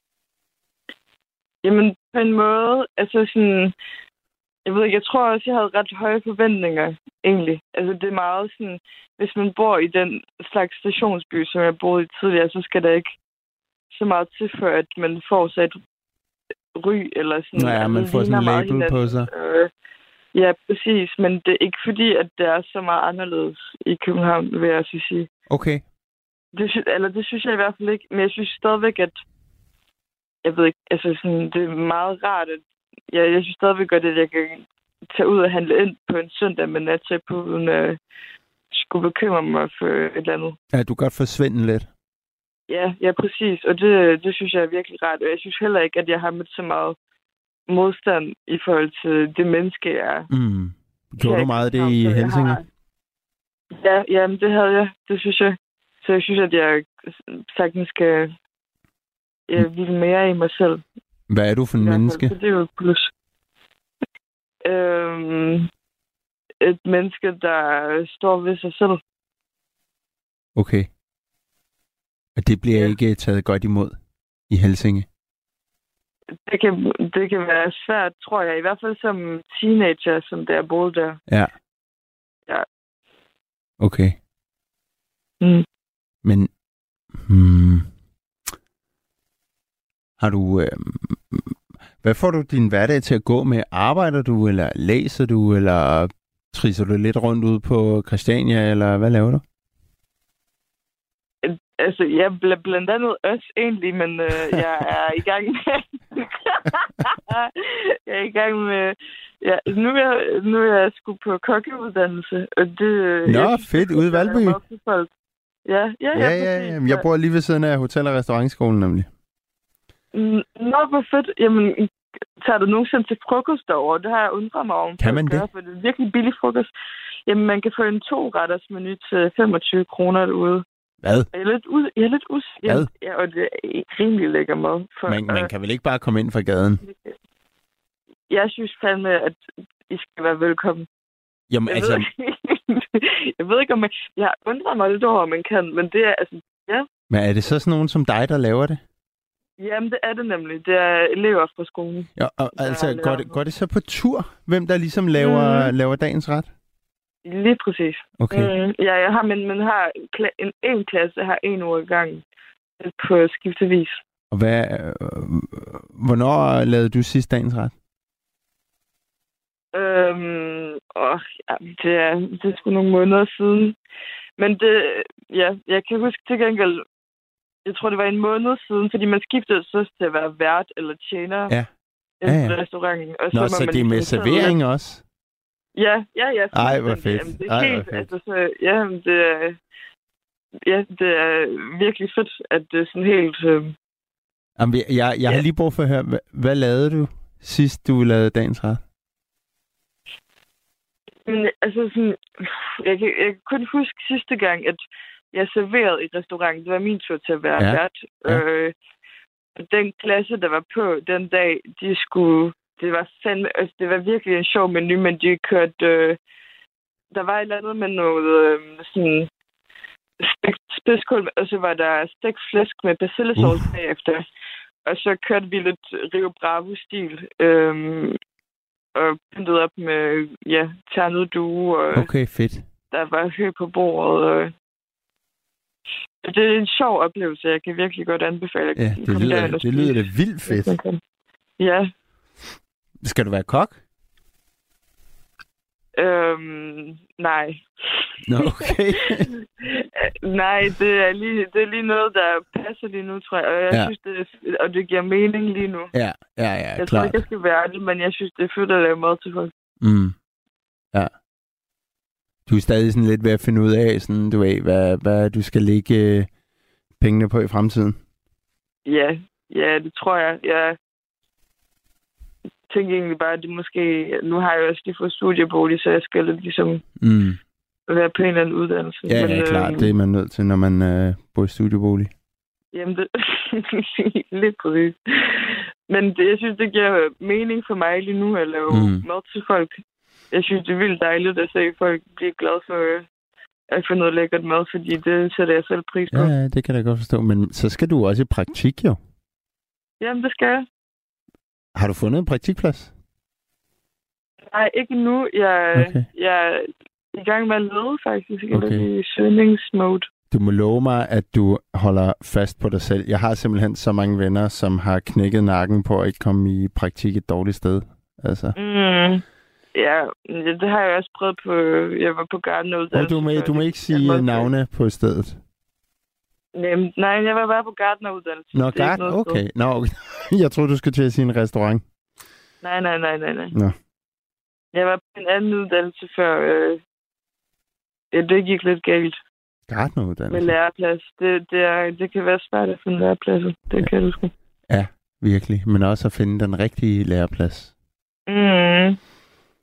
Jamen, på en måde, altså sådan... Jeg ved ikke, jeg tror også, jeg havde ret høje forventninger, egentlig. Altså, det er meget sådan... Hvis man bor i den slags stationsby, som jeg boede i tidligere, så skal der ikke så meget til, for at man får så et ry, eller sådan... Nej, ja, man får sådan en label hinanden. På sig. Øh, ja, præcis. Men det er ikke fordi, at det er så meget anderledes i København, vil jeg så sige. Okay. Det, eller det synes jeg i hvert fald ikke. Men jeg synes stadigvæk, at... Jeg ved ikke, altså sådan... Det er meget rart, at jeg, jeg synes stadigvæk godt, at jeg kan tage ud og handle ind på en søndag med nattøj på, uden at skulle bekymre mig for et eller andet. Ja, du kan godt forsvinde lidt. Ja, ja, præcis. Og det, det synes jeg er virkelig rart. Og jeg synes heller ikke, at jeg har mødt så meget modstand i forhold til det menneske, jeg er. Mm. Gjorde du meget af det i Helsinge? Har... Ja, jamen, det havde jeg. Det synes jeg. Så jeg synes, at jeg sagtens skal jeg ville mere i mig selv. Hvad er du for en menneske? Så det er jo et plus. Øhm, et menneske, der står ved sig selv. Okay. Og det bliver ja. ikke taget godt imod i Helsinge? Det kan, det kan være svært, tror jeg. I hvert fald som teenager, som der boede der. Ja. Ja. Okay. Mm. Men hmm, har du... Øh, hvad får du din hverdag til at gå med? Arbejder du, eller læser du, eller trisser du lidt rundt ude på Christiania, eller hvad laver du? Altså, jeg er blandt andet også egentlig, men øh, jeg er i gang med... jeg er i gang med... Ja, nu er jeg, nu er jeg sgu på kokkeuddannelse, og det... Nå, jeg, fedt, ude i Valby. Ja, ja, ja. Ja, ja, ja. Jeg bor lige ved siden af Hotel- og Restaurantskolen, nemlig. Nå, hvor fedt. Jamen, tager du nogensinde til frokost derovre? Det har jeg undret mig om. Kan man det? Gøre, for det er virkelig billig frokost. Jamen, man kan få en to-retters menu til femogtyve kroner derude. Hvad? Jeg er lidt ud, jeg er lidt us. Hvad? Ja, og det er rimelig lækker mad. For, man, man kan vel ikke bare komme ind fra gaden? Jeg synes fandme, at I skal være velkommen. Jamen, jeg altså... Ved, jeg ved ikke, om man... Jeg har undret mig lidt over, om man kan, men det er altså... Ja. Men er det så sådan nogen som dig, der laver det? Jamen, det er det nemlig. Det er elever fra skolen. Ja, og, altså, går det, går det så på tur, hvem der ligesom laver, mm. laver dagens ret? Lige præcis. Okay. Mm, ja, jeg har, men man har en, en klasse, har en uge i gang på skiftevis. Og hvad, øh, hvornår lavede du sidst dagens ret? Øhm, åh, ja, det, er, det er sgu nogle måneder siden. Men det, ja, jeg kan huske til gengæld, jeg tror, det var en måned siden, fordi man skiftede så til at være vært eller tjener ja. Ja, ja. i restauranten. Og Nå, så, så man det er med servering også? Ja, ja, ja. Ej, hvor fedt. Jamen, det er Ej, helt, hvor fedt. altså, så, ja, det er, ja, det er virkelig fedt, at det er sådan helt... Øh, Jamen, jeg, jeg, jeg ja. har lige brug for at høre, hvad, hvad lavede du sidst, du lavede dagens ret? Men, altså sådan, jeg kan, jeg kan kun huske sidste gang, at jeg serverede i restauranten. Det var min tur til at være ja. vært. Ja. Øh, den klasse, der var på den dag, de skulle... Det var fandme, altså, det var virkelig en sjov menu, men de kørte... Øh, der var et eller andet med noget øh, sådan... spidskål, og så var der stegt flæsk med persillesauce uh. bagefter. Og så kørte vi lidt Rio Bravo-stil. Øh, og pyntet op med, ja, ternet due. Og okay, fedt. Der var hø på bordet. Og det er en sjov oplevelse. Jeg kan virkelig godt anbefale. Ja, det lyder, det lyder da vildt fedt. Ja. Skal du være kok? Øhm, nej. Nå, okay. nej, det er, lige, det er lige noget, der passer lige nu, tror jeg. Og jeg ja. synes, det er, og det giver mening lige nu. Ja, ja, ja, jeg klart. tror ikke, jeg skal være det, men jeg synes, det er fedt at lave mad til folk. Mm. Ja. Du er stadig sådan lidt ved at finde ud af, sådan, du ved, hvad, hvad du skal lægge pengene på i fremtiden. Ja, ja, det tror jeg. Jeg tænker egentlig bare, at det måske... Nu har jeg også lige fået studiebolig, så jeg skal lidt ligesom mm. være på en eller anden uddannelse. Ja, men, ja klart. Øh, det er man nødt til, når man øh, bor i studiebolig. Jamen, det lidt præcis. Men det, jeg synes, det giver mening for mig lige nu at lave mm. mad til folk. Jeg synes, det er vildt dejligt at se folk blive glade for at få noget lækkert mad, fordi det sætter jeg selv pris på. Ja, det kan jeg godt forstå. Men så skal du også i praktik, jo. Jamen, det skal jeg. Har du fundet en praktikplads? Nej, ikke nu. Jeg, okay. jeg er i gang med at lede, faktisk. Jeg okay. er i søgningsmode. Du må love mig, at du holder fast på dig selv. Jeg har simpelthen så mange venner, som har knækket nakken på at ikke komme i praktik et dårligt sted. Altså. Mm. Ja, det har jeg også prøvet på. Jeg var på gartneruddannelse. Og du må, du må ikke sige navne på stedet? Nem, nej, jeg var bare på gartneruddannelse. Nå, gartner? Okay. Nå, okay. Jeg troede, du skulle til at sige en restaurant. Nej, nej, nej, nej, nej. Nå. Jeg var på en anden uddannelse før. Øh, ja, det gik lidt galt. Gartneruddannelse? Med læreplads. Det, det, er, det kan være svært at finde lærepladser. Det ja. kan du sgu. Ja, virkelig. Men også at finde den rigtige læreplads. Mm.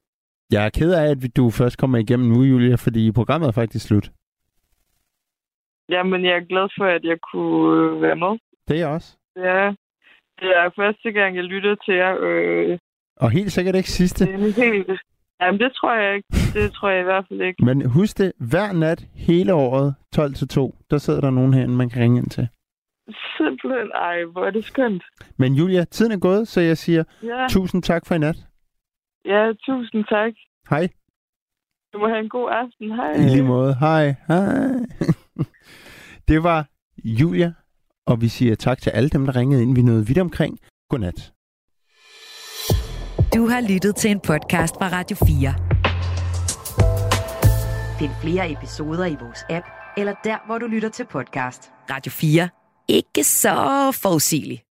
Jeg er ked af, at du først kommer igennem nu, Julia, fordi programmet er faktisk slut. Jamen, jeg er glad for, at jeg kunne være med. Det er jeg også. Ja, det er første gang, jeg lytter til jer. Øh... Og helt sikkert ikke sidste. Det er helt... Jamen, det tror jeg ikke. Det tror jeg i hvert fald ikke. Men husk det, hver nat hele året, tolv til to, der sidder der nogen herinde, man kan ringe ind til. Simpelthen. Ej, hvor er det skønt. Men Julia, tiden er gået, så jeg siger ja. Tusind tak for i nat. Ja, tusind tak. Hej. Du må have en god aften. Hej. I lige måde. Hej. Hej. Det var Julia, og vi siger tak til alle dem, der ringede ind. Vi nåede vidt omkring. Godnat. Du har lyttet til en podcast fra Radio fire. Find flere episoder i vores app, eller der, hvor du lytter til podcast. Radio fire. Ikke så forudsigeligt.